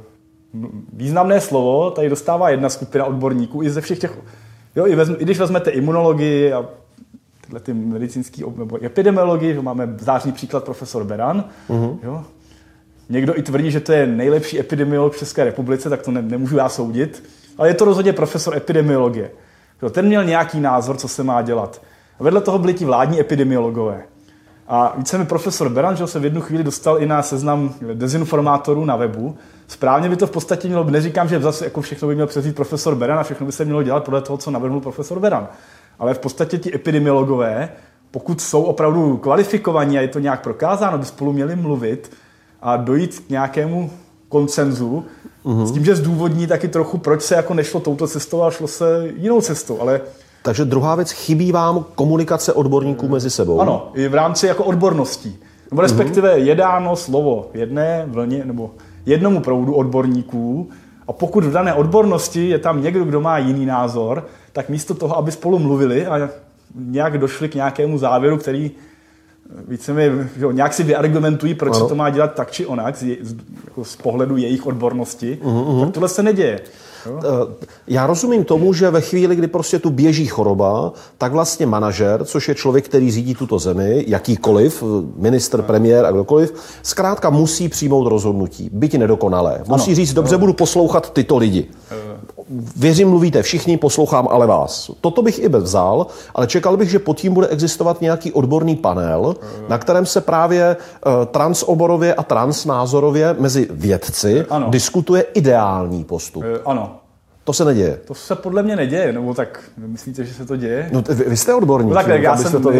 významné slovo tady dostává jedna skupina odborníků i ze všech těch, jo, i když vezmete imunologii a tyhle ty medicínský nebo epidemiologii, že máme zářný příklad profesor Beran, jo. Někdo i tvrdí, že to je nejlepší epidemiolog v České republice, tak to nemůžu já soudit, ale je to rozhodně profesor epidemiologie. Ten měl nějaký názor, co se má dělat. A vedle toho byli ti vládní epidemiologové. A více profesor Beran, že se v jednu chvíli dostal i na seznam dezinformátorů na webu. Správně by to v podstatě mělo, neříkám, že zase jako všechno by měl převzít profesor Beran a všechno by se mělo dělat podle toho, co navrhnul profesor Beran. Ale v podstatě ti epidemiologové, pokud jsou opravdu kvalifikovaní a je to nějak prokázáno, by spolu měli mluvit a dojít k nějakému konsenzu, s tím, že zdůvodní taky trochu, proč se jako nešlo touto cestou a šlo se jinou cestou, ale... Takže druhá věc, chybí vám komunikace odborníků mezi sebou? Ano, i v rámci jako odborností. Nebo respektive je dáno slovo jedné vlně nebo jednomu proudu odborníků, a pokud v dané odbornosti je tam někdo, kdo má jiný názor, tak místo toho, aby spolu mluvili a nějak došli k nějakému závěru, který víceméně nějak si vyargumentují, proč se to má dělat tak či onak z pohledu jejich odbornosti, tak tohle se neděje. Já rozumím tomu, že ve chvíli, kdy prostě tu běží choroba, tak vlastně manažer, což je člověk, který řídí tuto zemi, jakýkoliv, ministr, premiér a kdokoliv, zkrátka musí přijmout rozhodnutí, byť nedokonalé. Musí říct, dobře, budu poslouchat tyto lidi. Věřím, mluvíte všichni, poslouchám ale vás. Toto bych i vzal, ale čekal bych, že pod tím bude existovat nějaký odborný panel, na kterém se právě transoborově a transnázorově mezi vědci diskutuje ideální postup. Ano. To se neděje. To se podle mě neděje, nebo tak myslíte, že se to děje? No, vy jste odborník. No, tak já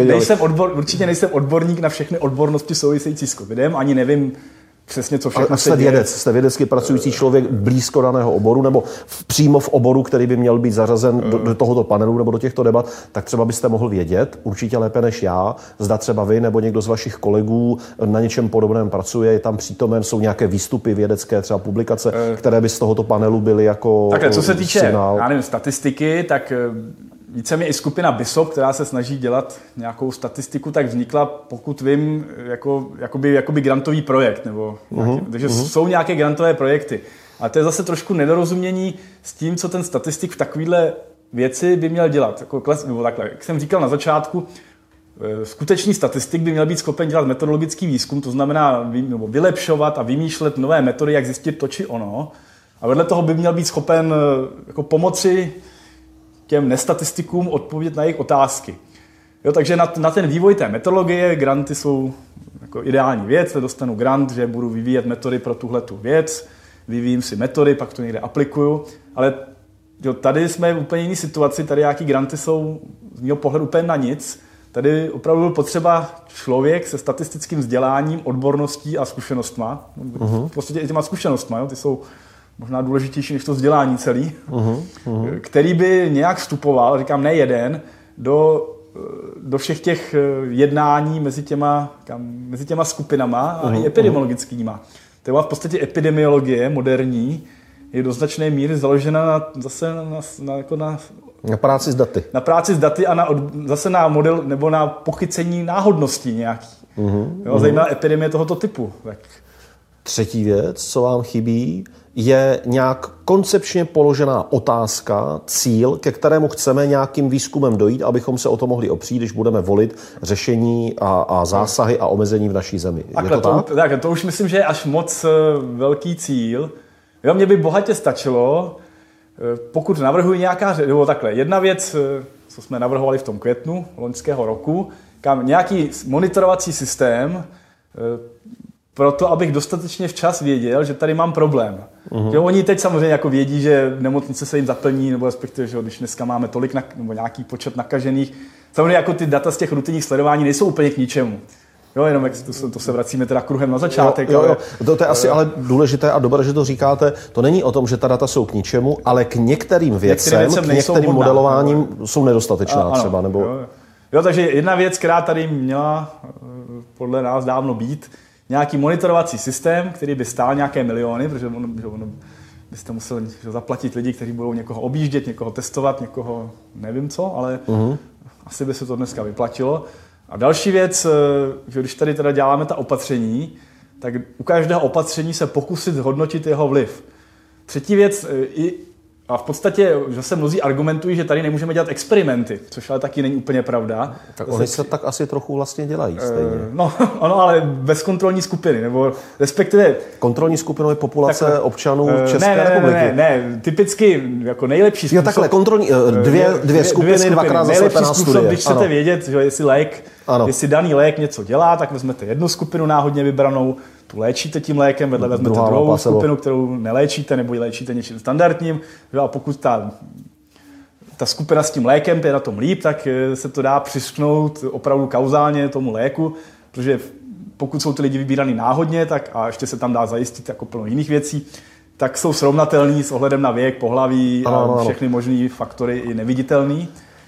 určitě nejsem odborník na všechny odbornosti související s covidem, ani nevím přesně, co všechno se děje. Jste vědecky pracující člověk blízko daného oboru, nebo přímo v oboru, který by měl být zařazen do tohoto panelu nebo do těchto debat, tak třeba byste mohl vědět, určitě lépe než já, zda třeba vy nebo někdo z vašich kolegů na něčem podobném pracuje, je tam přítomen, jsou nějaké výstupy vědecké, třeba publikace, které by z tohoto panelu byly jako takhle, co se týče, signál. já nevím, statistiky, tak víceméně i skupina BISOP, která se snaží dělat nějakou statistiku, tak vznikla, pokud vím, jakoby grantový projekt. Nebo takže jsou nějaké grantové projekty. A to je zase trošku nedorozumění s tím, co ten statistik v takovéhle věci by měl dělat. Nebo takhle, jak jsem říkal na začátku, skutečný statistik by měl být schopen dělat metodologický výzkum, to znamená vylepšovat a vymýšlet nové metody, jak zjistit to či ono. A vedle toho by měl být schopen jako pomoci těm nestatistikům odpovědět na jejich otázky. Jo, takže na ten vývoj té metodologie granty jsou jako ideální věc, dostanu grant, že budu vyvíjet metody pro tuhletu věc, vyvíjím si metody, pak to někde aplikuju, ale jo, tady jsme v úplně jiné situaci, tady nějaký granty jsou z mého pohledu úplně na nic. Tady opravdu byl potřeba člověk se statistickým vzděláním, odborností a zkušenostma. V podstatě i těma zkušenostma, jo, ty jsou možná důležitější než to vzdělání celý, který by nějak vstupoval, říkám ne jeden, do všech těch jednání mezi těma skupinama a i epidemiologickýma. To je v podstatě epidemiologie moderní, je do značné míry založena na práci s daty. Na práci s daty a zase na model nebo na pochycení náhodností nějaký. Zejména epidemie tohoto typu. Tak. Třetí věc, co vám chybí, je nějak koncepčně položená otázka, cíl, ke kterému chceme nějakým výzkumem dojít, abychom se o to mohli opřít, když budeme volit řešení a zásahy a omezení v naší zemi. Tak, to už myslím, že je až moc velký cíl. Jo, mě by bohatě stačilo, pokud navrhuji nebo takhle, jedna věc, co jsme navrhovali v tom květnu loňského roku, kam nějaký monitorovací systém, proto, abych dostatečně včas věděl, že tady mám problém. Že oni teď samozřejmě jako vědí, že nemocnice se jim zaplní, nebo respektive, že když dneska máme tolik nebo nějaký počet nakažených, samozřejmě jako ty data z těch rutinních sledování nejsou úplně k ničemu. Jo, jenom jak to se vracíme teda kruhem na začátek. Jo. To je asi ale důležité a dobré, že to říkáte. To není o tom, že ta data jsou k ničemu, ale k některým věcem k některým modelováním jsou nedostatečná třeba. Nebo... Jo, takže jedna věc, která tady měla podle nás dávno být, nějaký monitorovací systém, který by stál nějaké miliony, protože ono byste museli zaplatit lidi, kteří budou někoho objíždět, někoho testovat, někoho nevím co, ale asi by se to dneska vyplatilo. A další věc, že když tady teda děláme ta opatření, tak u každého opatření se pokusit hodnotit jeho vliv. Třetí věc, a v podstatě zase mnozí argumentují, že tady nemůžeme dělat experimenty, což ale taky není úplně pravda. Tak oni se tak asi trochu vlastně dělají stejně. No, ale bez kontrolní skupiny, nebo respektive... Kontrolní skupinou je populace občanů České republiky. Ne, typicky jako nejlepší způsob... Jo, takhle, kontrolní, dvě skupiny, dvakrát zaslepená studie. Nejlepší způsob, když chcete vědět, že jestli daný lék něco dělá, tak vezmete jednu skupinu náhodně vybranou, tu léčíte tím lékem, vedle vezmete druhou skupinu, kterou neléčíte, nebo ji léčíte něčím standardním. A pokud ta skupina s tím lékem je na tom líp, tak se to dá přisknout opravdu kauzálně tomu léku, protože pokud jsou ty lidi vybíraný náhodně, tak a ještě se tam dá zajistit jako plno jiných věcí, tak jsou srovnatelný s ohledem na věk, pohlaví a všechny možný faktory i neviditelný.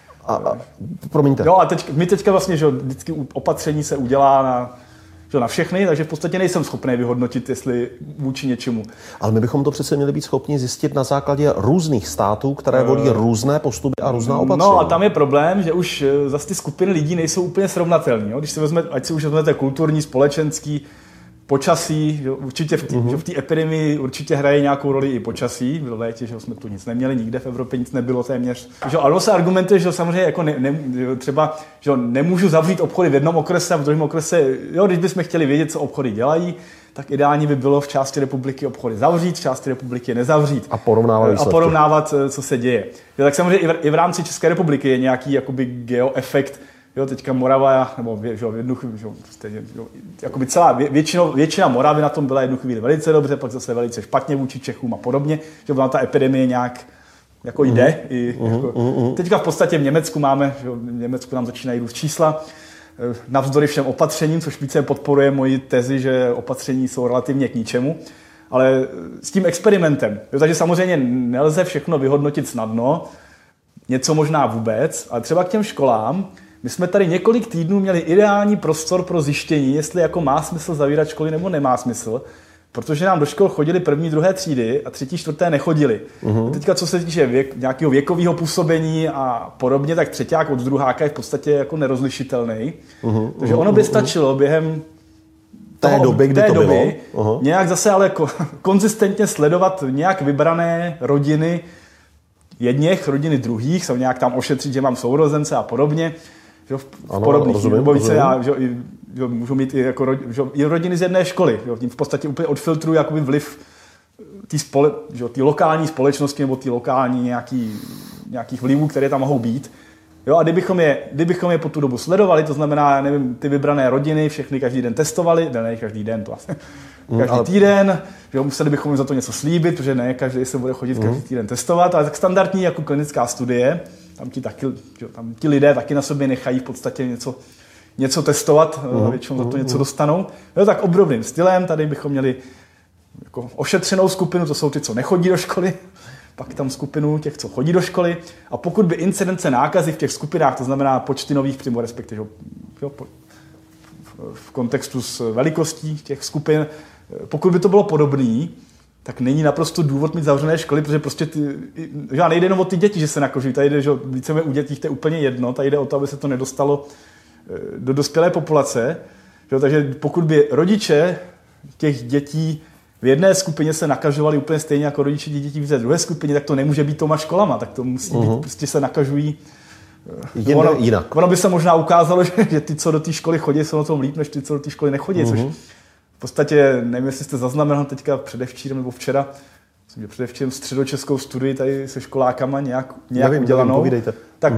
Promiňte. Jo, a my teďka vlastně, že vždycky opatření se udělá na všechny, takže v podstatě nejsem schopný vyhodnotit, jestli vůči něčemu. Ale my bychom to přece měli být schopni zjistit na základě různých států, které volí různé postupy a různá opatření. No a tam je problém, že už zase ty skupiny lidí nejsou úplně srovnatelné. Když si ať si už vezmete kulturní, společenský, počasí, určitě v té epidemii určitě hraje nějakou roli i počasí. V létě, že jsme tu nic neměli, nikde v Evropě nic nebylo téměř. Ale se argumentuje, že samozřejmě jako třeba že nemůžu zavřít obchody v jednom okrese a v druhém okrese, když bychom chtěli vědět, co obchody dělají, tak ideální by bylo v části republiky obchody zavřít, v části republiky je nezavřít. A porovnávat, co se děje. Tak samozřejmě i v rámci České republiky je nějaký jakoby geoefekt. Teďka Morava, nebo v jednu chvíli, jakoby většina Moravy na tom byla jednu chvíli velice dobře, pak zase velice špatně vůči Čechům a podobně, že byla ta epidemie nějak jako jde. Teďka v podstatě v Německu máme, v Německu nám začínají růst čísla, navzdory všem opatřením, což více podporuje moji tezi, že opatření jsou relativně k ničemu, ale s tím experimentem. Takže samozřejmě nelze všechno vyhodnotit snadno, něco možná vůbec, ale třeba k těm školám. My jsme tady několik týdnů měli ideální prostor pro zjištění, jestli jako má smysl zavírat školy nebo nemá smysl, protože nám do škol chodili 1., 2. třídy a 3., 4. nechodili. A teďka, co se týče nějakého věkového působení a podobně, tak třeťák od druháka je v podstatě jako nerozlišitelný. Takže ono by stačilo během té doby, kdy to bylo. Nějak zase ale konzistentně sledovat nějak vybrané rodiny jedněch, rodiny druhých, jsou nějak tam ošetřit, že mám sourozence a podobně. V podobných můžou mít i rodiny z jedné školy. Tím v podstatě úplně odfiltrují jakoby vliv té lokální společnosti nebo té lokální nějakých vlivů, které tam mohou být. A kdybychom je po tu dobu sledovali, to znamená, nevím, ty vybrané rodiny, všechny každý den testovali, ne každý den, to asi každý týden, museli bychom jim za to něco slíbit, protože ne každý se bude chodit každý týden testovat, ale tak standardní jako klinická studie, tam ti lidé taky na sobě nechají v podstatě něco testovat, většinou za to něco dostanou. Tak obdobným stylem, tady bychom měli jako ošetřenou skupinu, to jsou ty, co nechodí do školy, pak tam skupinu těch, co chodí do školy, a pokud by incidence nákazy v těch skupinách, to znamená počty nových přímo, respektive v kontextu s velikostí těch skupin, pokud by to bylo podobný, tak není naprosto důvod mít zavřené školy, protože prostě nejde jenom o ty děti, že se nakažují, tady jde, že víceméně u dětí to je úplně jedno, tady jde o to, aby se to nedostalo do dospělé populace. Takže pokud by rodiče těch dětí v jedné skupině se nakažovali úplně stejně jako rodiče dětí v té druhé skupině, tak to nemůže být těma školama, tak to musí být, prostě se nakažují jinak. Ono by se možná ukázalo, že ty, co do té školy chodí, jsou na tom líp, než ty, co do té školy nechodí, což v podstatě, nevím, jestli jste zaznamenal teďka předevčírem nebo včera, myslím, že předevčírem středočeskou studii tady se školákama nějak udělanou. Povídejte. Tak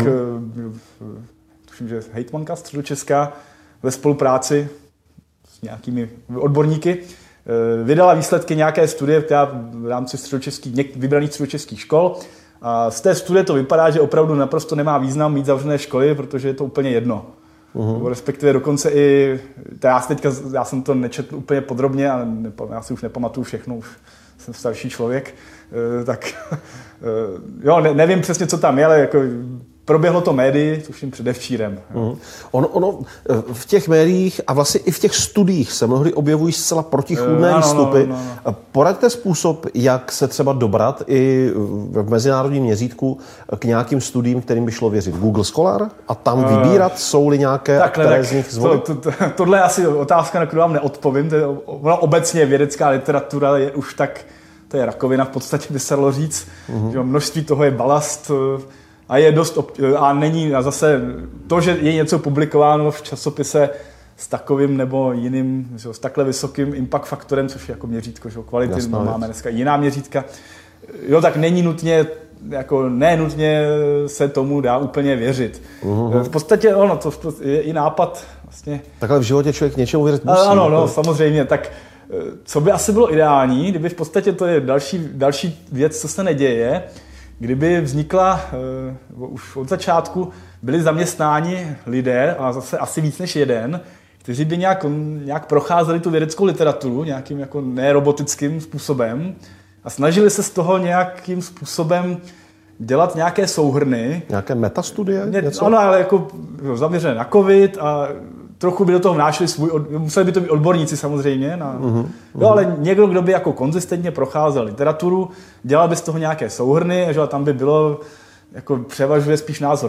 tuším, že hejtmanka středočeská ve spolupráci s nějakými odborníky vydala výsledky nějaké studie, která v rámci vybraných středočeských škol. A z té studie to vypadá, že opravdu naprosto nemá význam mít zavřené školy, protože je to úplně jedno. Respektive dokonce i, já jsem to nečetl úplně podrobně a já si už nepamatuju všechno, už jsem starší člověk, tak jo, nevím přesně, co tam je, ale jako proběhlo to médii, tuším předevčírem. Ono v těch médiích a vlastně i v těch studiích se mnohdy objevují zcela protichůdné výstupy. Poraďte způsob, jak se třeba dobrat i v mezinárodním měřítku k nějakým studiím, kterým by šlo věřit. Google Scholar a tam vybírat, jsou-li nějaké, které z nich zvolit? Tohle je asi otázka, na kterou vám neodpovím. Obecně vědecká literatura je už tak, to je rakovina v podstatě, by se dalo říct, že množství toho je balast, a je dost a není a zase to, že je něco publikováno v časopise s takovým nebo jiným, s takhle vysokým impact faktorem, což je jako měřítko, že kvality, máme dneska jiná měřítka, jo, tak není nutně, jako nenutně se tomu dá úplně věřit. V podstatě ono, to je i nápad vlastně. Takhle v životě člověk něčemu věřit musí. Ano, no, samozřejmě, tak co by asi bylo ideální, kdyby v podstatě to je další věc, co se neděje, kdyby vznikla, už od začátku byli zaměstnáni lidé, a zase asi víc než jeden, kteří by nějak procházeli tu vědeckou literaturu nějakým jako nerobotickým způsobem a snažili se z toho nějakým způsobem dělat nějaké souhrny. Nějaké metastudie? Ano, ale jako zaměřené na covid a trochu by do toho vnášeli museli by to být odborníci samozřejmě, jo, ale někdo, kdo by jako konzistentně procházel literaturu, dělal by z toho nějaké souhrny, že tam by bylo, jako převažuje spíš názor.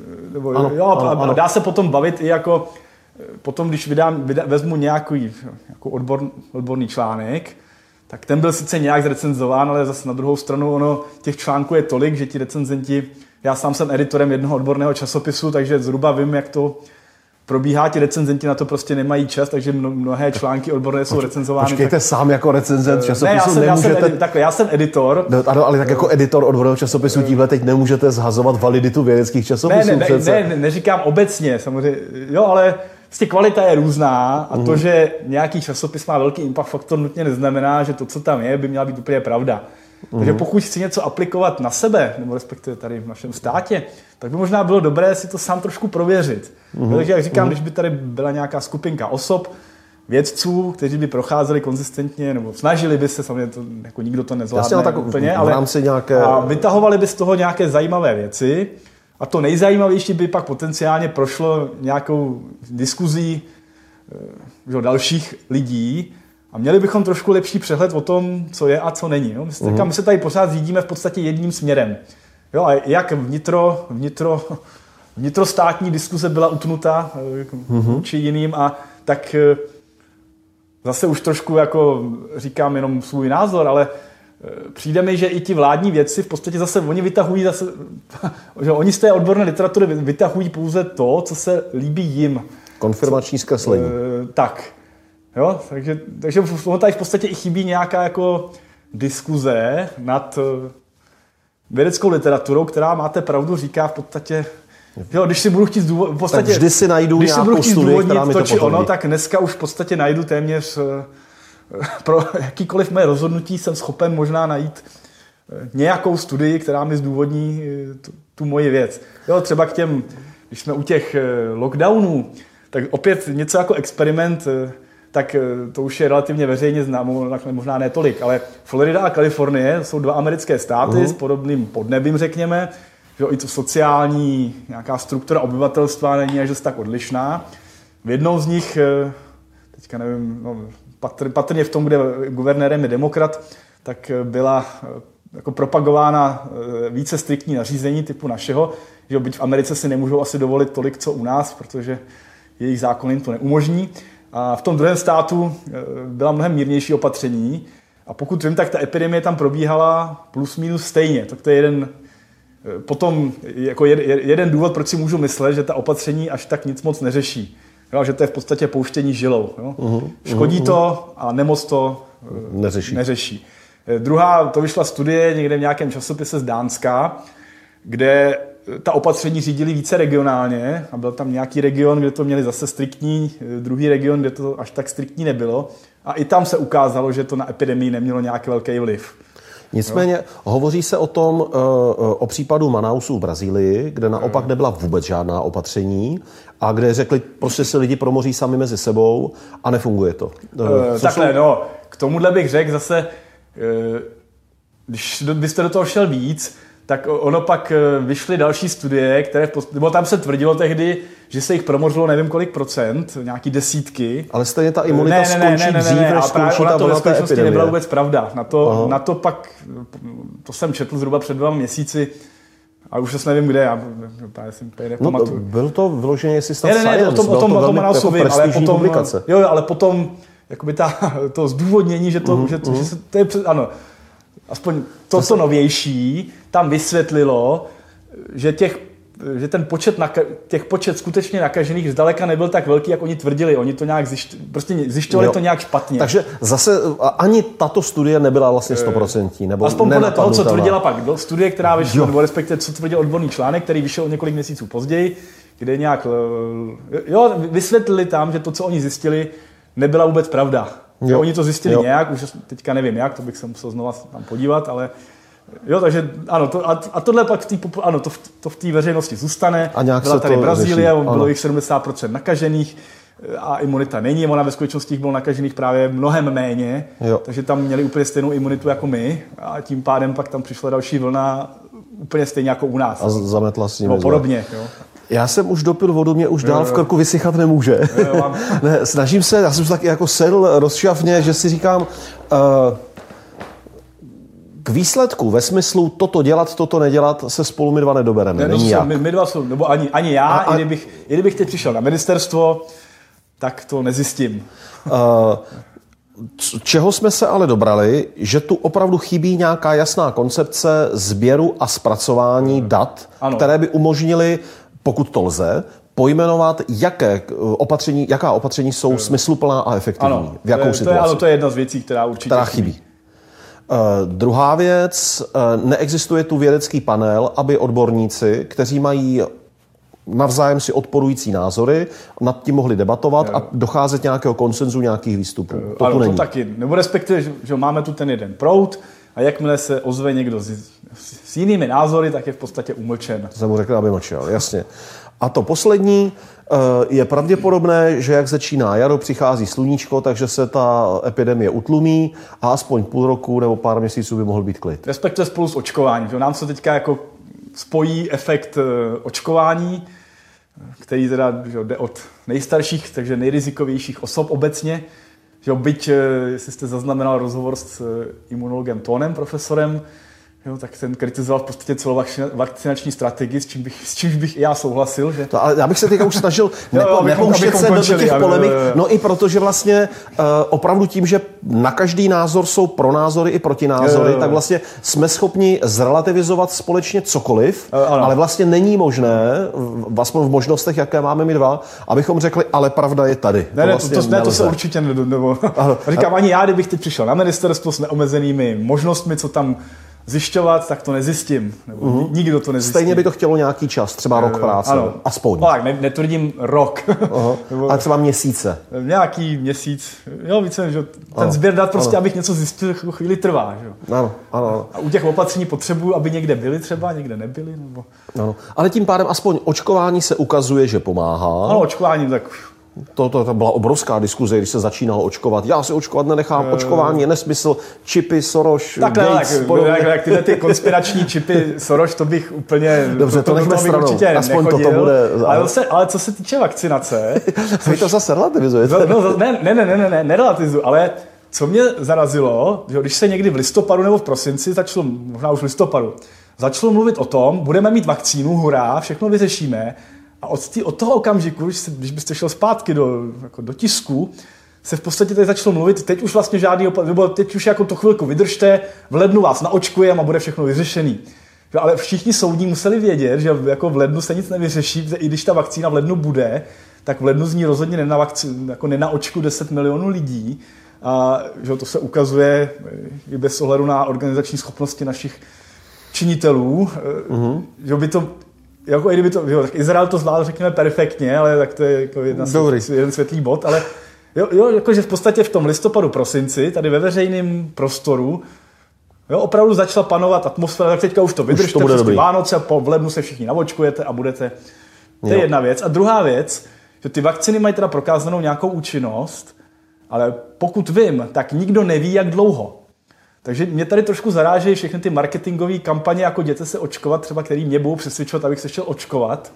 Ano. Dá se potom bavit i jako, potom když vezmu nějaký jako odborný článek, tak ten byl sice nějak zrecenzován, ale zase na druhou stranu těch článků je tolik, že ti recenzenti, já sám jsem editorem jednoho odborného časopisu, takže zhruba vím, jak to probíhá, ti recenzenti na to prostě nemají čas, takže mnohé články odborné jsou recenzovány. Počkejte, sám jako recenzent časopisu nemůžete... Já jsem editor. Ano, ale tak jako editor odborného časopisu tímhle teď nemůžete zhazovat validitu vědeckých časopisů. Neříkám obecně, samozřejmě, jo, ale prostě kvalita je různá a to, že nějaký časopis má velký impact faktor, nutně neznamená, že to, co tam je, by měla být úplně pravda. Takže pokud chci něco aplikovat na sebe, nebo respektive tady v našem státě, tak by možná bylo dobré si to sám trošku prověřit. Takže jak říkám, když by tady byla nějaká skupinka osob, vědců, kteří by procházeli konzistentně, nebo snažili by se, samozřejmě to, jako nikdo to nezvládne tak úplně, ale a vytahovali by z toho nějaké zajímavé věci a to nejzajímavější by pak potenciálně prošlo nějakou diskuzí dalších lidí, a měli bychom trošku lepší přehled o tom, co je a co není. Jo? My se tady pořád řídíme v podstatě jedním směrem. Jo? A jak vnitrostátní diskuze byla utnuta vůči jiným, a tak zase už trošku jako říkám jenom svůj názor, ale přijde mi, že i ti vládní vědci v podstatě zase oni vytahují že oni z té odborné literatury vytahují pouze to, co se líbí jim. Konfirmační zkreslení. Tak. Jo, takže tady v podstatě i chybí nějaká jako diskuze nad vědeckou literaturou, která, máte pravdu, říká v podstatě, jo, když si budu chtít v podstatě, tak vždy si najdu nějakou studii, která mi to potvrdí. Tak dneska už v podstatě najdu téměř pro jakýkoliv mé rozhodnutí jsem schopen možná najít nějakou studii, která mi zdůvodní tu moji věc. Jo, třeba když jsme u těch lockdownů, tak opět něco jako experiment, tak to už je relativně veřejně známo, možná ne tolik, ale Florida a Kalifornie jsou dva americké státy s podobným podnebím, řekněme, že i to sociální nějaká struktura obyvatelstva není až tak odlišná. V jednou z nich, teďka nevím, patrně v tom, kde guvernérem je demokrat, tak byla jako propagována více striktní nařízení typu našeho, že byť v Americe si nemůžou asi dovolit tolik, co u nás, protože jejich zákon jim to neumožní. A v tom druhém státu byla mnohem mírnější opatření. A pokud vím, tak ta epidemie tam probíhala plus minus stejně. Tak to je jeden důvod, proč si můžu myslet, že ta opatření až tak nic moc neřeší. Jo, že to je v podstatě pouštění žilou. Jo. Škodí to a nemoc to neřeší. Druhá, to vyšla studie někde v nějakém časopise z Dánska, kde ta opatření řídili více regionálně a byl tam nějaký region, kde to měli zase striktní, druhý region, kde to až tak striktní nebylo. A i tam se ukázalo, že to na epidemii nemělo nějaký velký vliv. Nicméně hovoří se o tom, o případu Manausu v Brazílii, kde naopak nebyla vůbec žádná opatření a kde řekli, prostě se lidi promoří sami mezi sebou a nefunguje to. K tomuhle bych řekl zase, když byste do toho šel víc, tak ono pak vyšly další studie, nebo tam se tvrdilo tehdy, že se jich promořilo nevím kolik procent, nějaký desítky. Ale stejně ta imunita skončí dřív, než skončí ta vlna té epidemie. Nebyla vůbec pravda. Na to pak, to jsem četl zhruba před 2 měsíci, a už nevím kde, já si nepamatuju. Byl to vyloženě, jestli snad Science, o tom Manausu vím, ale potom, publikace. Ale potom jakoby to zdůvodnění, že to je ano, aspoň to novější, tam vysvětlilo, že počet skutečně nakažených zdaleka nebyl tak velký, jak oni tvrdili. Oni to nějak zjišťovali to nějak špatně. Takže zase ani tato studie nebyla vlastně 100%. Nebo aspoň podle toho, co tvrdila pak. Studie, která vyšla, nebo respektive co tvrdil odborný článek, který vyšel několik měsíců později, kde nějak vysvětlili tam, že to, co oni zjistili, nebyla vůbec pravda. Oni to zjistili nějak, už teďka nevím jak, to bych se musel znova tam podívat, ale takže ano, tohle pak v té veřejnosti zůstane. A byla tady Brazílie, bylo jich 70% nakažených a imunita není. Ona ve skutečnosti bylo nakažených právě mnohem méně, takže tam měli úplně stejnou imunitu jako my a tím pádem pak tam přišla další vlna úplně stejně jako u nás. A zametla s nimi. Podobně. Já jsem už dopil vodu, mě už dál v krku vysychat nemůže. Ne, snažím se, já jsem taky jako sedl rozšavně, že si říkám, k výsledku ve smyslu toto dělat, toto nedělat se spolu my dva nedobereme. Není jak. My dva jsou, nebo ani já, i kdybych teď přišel na ministerstvo, tak to nezjistím. Čeho jsme se ale dobrali, že tu opravdu chybí nějaká jasná koncepce sběru a zpracování dat, které by umožnily, pokud to lze, pojmenovat, jaká opatření jsou smysluplná a efektivní. V jakou situaci. To je jedna z věcí, která určitě chybí. Druhá věc, neexistuje tu vědecký panel, aby odborníci, kteří mají navzájem si odporující názory, nad tím mohli debatovat a docházet nějakého konsenzu, nějakých výstupů. To taky. Nebo respektive, že máme tu ten jeden proud a jakmile se ozve někdo s jinými názory, tak je v podstatě umlčen. Jsem mu řekl, aby mlčel, jasně. A to poslední, je pravděpodobné, že jak začíná jaro, přichází sluníčko, takže se ta epidemie utlumí a aspoň půl roku nebo pár měsíců by mohl být klid. Respektive spolu s očkováním. Nám se teďka jako spojí efekt očkování, který teda jde od nejstarších, takže nejrizikovějších osob obecně. Byť, jestli jste zaznamenal rozhovor s imunologem Tónem, profesorem, tak ten kritizoval v podstatě celou vakcinační strategii, s čímž bych i já souhlasil. Že... Ale já bych se teďka už snažil nepouštět se do těch polemik, no i protože vlastně opravdu tím, že na každý názor jsou pronázory i protinázory, tak vlastně jsme schopni zrelativizovat společně cokoliv, ale vlastně není možné, aspoň v možnostech, jaké máme my dva, abychom řekli, ale pravda je tady. To se určitě nebo říkám, ani já, kdybych teď přišel na ministerstvo s neomezenými možnostmi, co tam zjišťovat, tak to nezjistím. Nebo nikdo to nezjistí. Stejně by to chtělo nějaký čas, třeba rok práce. Ano. Aspoň. Tak, netvrdím rok. Ale třeba měsíce. Nějaký měsíc. Více, že ten sběr dat prostě, abych něco zjistil, chvíli trvá. Že? Ano. A u těch opatření potřebuju, aby někde byly třeba, někde nebyly. Nebo... Ano. Ale tím pádem aspoň očkování se ukazuje, že pomáhá. Ano, očkování tak... To byla obrovská diskuze, když se začínalo očkovat. Já se očkovat nenechám, očkování je nesmysl, čipy, Soros, Gates, jak tyhle ty konspirační čipy, Soros, to bych úplně... Dobře, to nechme stranou, aspoň to bude... Ale co se týče vakcinace... Vy to zase relativizujete. Nerelativizuju, ale co mě zarazilo, že když se někdy v listopadu nebo v prosinci možná už v listopadu, začalo mluvit o tom, budeme mít vakcínu, hurá, všechno vyřešíme, A od toho okamžiku, když byste šel zpátky do tisku, se v podstatě tady začalo mluvit, teď už vlastně žádný nebo teď už jako to chvilku vydržte, v lednu vás naočkujeme a bude všechno vyřešený. Ale všichni soudní museli vědět, že jako v lednu se nic nevyřeší, i když ta vakcína v lednu bude, tak v lednu z ní rozhodně jako nenaočku 10 milionů lidí. A že to se ukazuje i bez ohledu na organizační schopnosti našich činitelů, že by to, jako i kdyby to, jo, tak Izrael to zvládl, řekněme, perfektně, ale tak to je jako jeden světlý bod, ale jo, jakože v podstatě v tom listopadu, prosinci, tady ve veřejném prostoru, jo, opravdu začala panovat atmosféra, tak teďka už to vydržte, prostě Vánoce, v lednu se všichni navočkujete a budete. To je jedna věc. A druhá věc, že ty vakcíny mají teda prokázanou nějakou účinnost, ale pokud vím, tak nikdo neví, jak dlouho. Takže mě tady trošku zarážejí všechny ty marketingové kampaně, jako jděte se očkovat, třeba který mě budou přesvědčovat, abych se šel očkovat.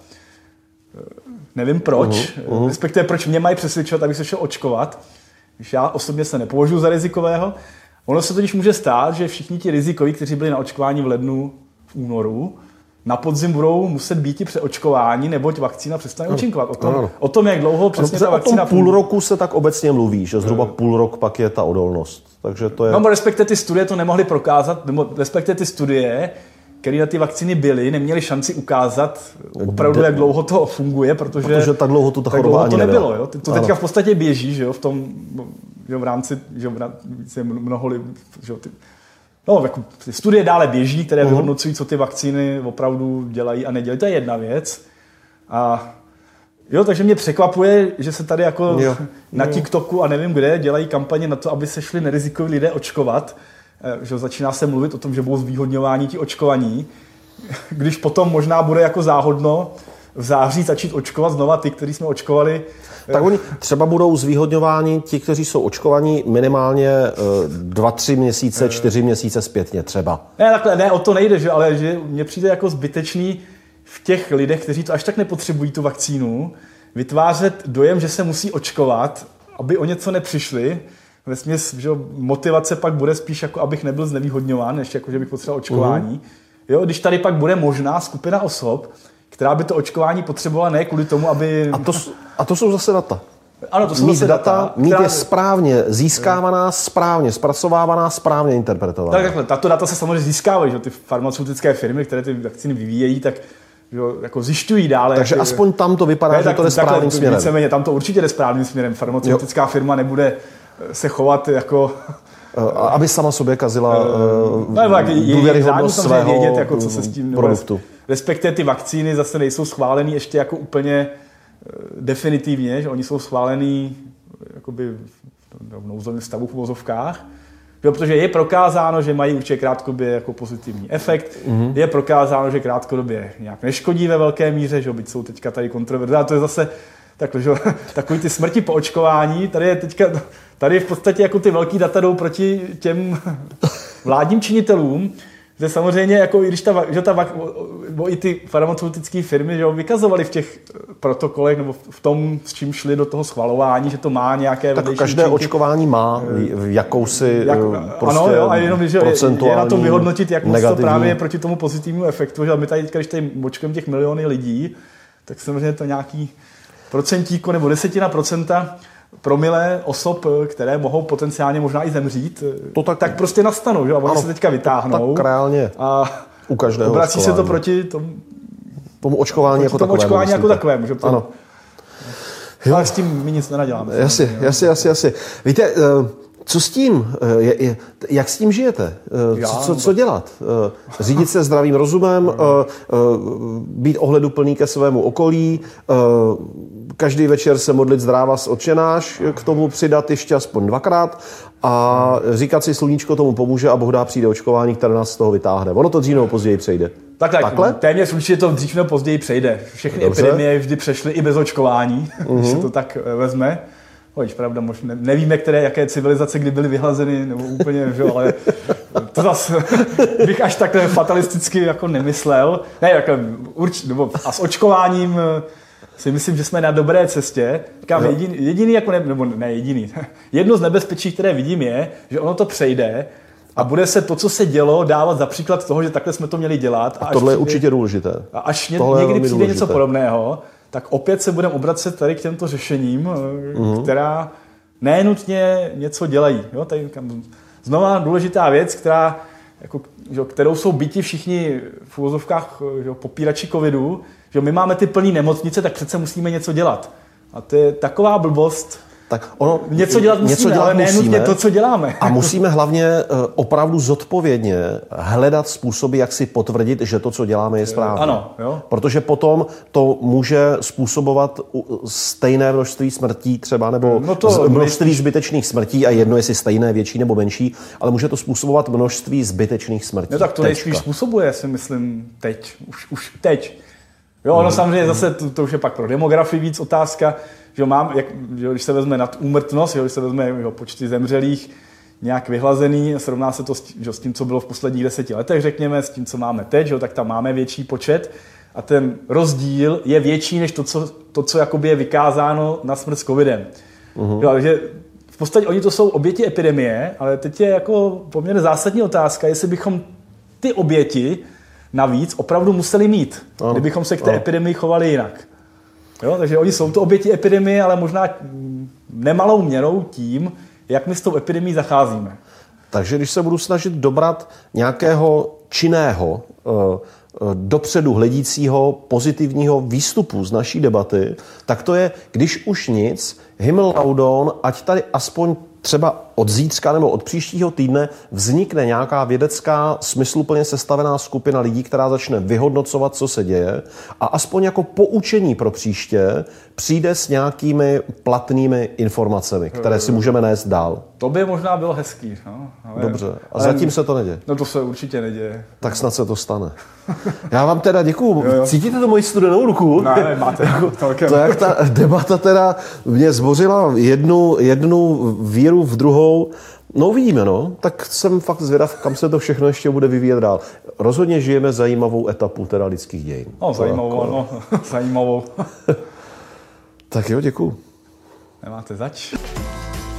Nevím proč, respektive proč mě mají přesvědčovat, abych se šel očkovat, když já osobně se nepovažuji za rizikového. Ono se totiž může stát, že všichni ti rizikoví, kteří byli na očkování v lednu, v únoru, na podzim budou muset být i přeočkování, neboť vakcína přestane účinkovat. O tom, jak dlouho přesně ta vakcína... O tom půl roku se tak obecně mluví, že zhruba půl rok pak je ta odolnost. Takže to je... No, respektive ty studie to nemohly prokázat, nebo respektive ty studie, které na ty vakcíny byly, neměly šanci ukázat opravdu, jak dlouho to funguje, protože tak dlouho tu ta choroba ani nebylo. Jo? To teďka v podstatě běží, že jo, v tom, že v rámci, že mnoho lidí, že jo, no, jako studie dále běží, které vyhodnocují, co ty vakcíny opravdu dělají a nedělají. To je jedna věc. A jo, takže mě překvapuje, že se tady jako na TikToku a nevím kde dělají kampaně na to, aby se šli nerizikoví lidé očkovat. Že začíná se mluvit o tom, že budou zvýhodňováni ti očkovaní, když potom možná bude jako záhodno v září začít očkovat znova ty, kteří jsme očkovali. Tak oni třeba budou zvýhodňováni ti, kteří jsou očkovaní minimálně 2-3 měsíce, 4 měsíce zpětně třeba. Ne, takhle, ne, o to nejde, že, ale že mně přijde jako zbytečný v těch lidech, kteří to až tak nepotřebují tu vakcínu, vytvářet dojem, že se musí očkovat, aby o něco nepřišli. Vesměs, že motivace pak bude spíš jako, abych nebyl znevýhodňován, než jako, že bych potřeboval očkování. Jo, když tady pak bude možná skupina osob, která by to očkování potřebovala ne kvůli tomu, aby... A to jsou zase data. Ano, to jsou zase data. Mít je správně získávaná, správně zpracovávaná, správně interpretovaná. Takhle, tato data se samozřejmě získávají, že ty farmaceutické firmy, které ty vakcíny vyvíjejí, tak jako zjišťují dále. Takže aspoň tam to vypadá, že to jde správným směrem. Víceméně, tam to určitě jde správným směrem. Farmaceutická firma nebude se chovat jako... Aby sama sobě kazila důvěryhodnost svého vědět, jako, co se s tím produktu. Respektive ty vakcíny zase nejsou schválený ještě jako úplně definitivně, že oni jsou schválený jakoby v nouzovém stavu v uvozovkách, protože je prokázáno, že mají určitě krátkodobě jako pozitivní efekt, je prokázáno, že krátkodobě nějak neškodí ve velké míře, že byť jsou teďka tady kontroverze, a to je zase takhle, že takový ty smrti po očkování, tady je v podstatě jako ty velký data jdou proti těm vládním činitelům, že samozřejmě, jako i když i ty farmaceutické firmy, že vykazovaly v těch protokolech nebo v tom, s čím šli do toho schvalování, že to má nějaké vedlejší každé účinky. Očkování má jakousi prostě ano, jo, a jenom, že je na tom vyhodnotit, jak moc to právě je proti tomu pozitivnímu efektu, že my tady, když tady očkujeme těch miliony lidí, tak samozřejmě to nějaký procentíko nebo 10% promile osob, které mohou potenciálně možná i zemřít, tak prostě nastanou, že? A oni se teďka vytáhnou. Tak reálně. A u každého obrací se to proti tomu očkování jako takovému. Očkování jako takovému, že? Ano. Ale s tím my nic nenaděláme. Jasně. Víte, co s tím? Jak s tím žijete? Co dělat? Řídit se zdravým rozumem, být ohleduplný ke svému okolí, každý večer se modlit zdrávas otčenáš, k tomu přidat ještě aspoň 2krát a říkat si sluníčko tomu pomůže a Bůh dá přijde očkování, které nás z toho vytáhne. Ono to dřív nebo později přejde. Takhle? Téměř určitě to dřív nebo později přejde. Všechny epidemie vždy přešly i bez očkování, když se to tak vezme. Pravda, možná nevíme, jaké civilizace kdy byly vyhlazeny, nebo úplně, že, ale to zase bych až takhle fatalisticky jako nemyslel. Ne, jako, nebo a s očkováním si myslím, že jsme na dobré cestě. Říkám, jediný jako jediný. Jedno z nebezpečí, které vidím, je, že ono to přejde a bude se to, co se dělo, dávat za příklad toho, že takhle jsme to měli dělat. A tohle je určitě důležité. A až někdy přijde něco podobného, tak opět se budeme obracet tady k těmto řešením, která nenutně něco dělají. Jo? Tady znova důležitá věc, kterou jsou byti všichni v uvozovkách popírači covidu, že my máme ty plný nemocnice, tak přece musíme něco dělat. A to je taková blbost. Tak ono, něco dělat musíme, ale nenutně to, co děláme. A musíme hlavně opravdu zodpovědně hledat způsoby, jak si potvrdit, že to, co děláme, je správně. Ano, jo. Protože potom to může způsobovat stejné množství smrtí třeba, nebo množství zbytečných smrtí, a jedno, jestli stejné, větší nebo menší, ale může to způsobovat množství zbytečných smrtí. No tak to nejspíš způsobuje, si myslím, teď. Už teď. Jo, ono samozřejmě zase, to už je pak pro demografii víc otázka, že když se vezme nad úmrtnost, když se vezme počty zemřelých nějak vyhlazený, srovná se to s tím, co bylo v posledních 10 letech, řekněme, s tím, co máme teď, tak tam máme větší počet a ten rozdíl je větší než to, co jakoby je vykázáno na smrt s covidem. Takže v podstatě oni to jsou oběti epidemie, ale teď je jako poměrně zásadní otázka, jestli bychom ty oběti navíc opravdu museli mít, kdybychom se k té epidemii chovali jinak. Jo, takže oni jsou to oběti epidemie, ale možná nemalou měrou tím, jak my s tou epidemií zacházíme. Takže když se budu snažit dobrat nějakého činného, dopředu hledícího pozitivního výstupu z naší debaty, tak to je, když už nic, Himmel Laudon, ať tady aspoň třeba od zítřka nebo od příštího týdne vznikne nějaká vědecká, smysluplně sestavená skupina lidí, která začne vyhodnocovat, co se děje, a aspoň jako poučení pro příště přijde s nějakými platnými informacemi, které si můžeme nést dál. To by možná bylo hezký. No, ale, dobře. A zatím se to neděje. No to se určitě neděje. Tak snad se to stane. Já vám teda děkuju. Cítíte to moji studenou ruku? Ne, máte. To, jak ta debata teda mě zbořila jednu víru v druhou. No uvidíme, no. Tak jsem fakt zvědav, kam se to všechno ještě bude vyvíjet dál. Rozhodně žijeme zajímavou etapu teda lidských dějin. No, zajímavou. Tak jo, děkuju. Nemáte zač.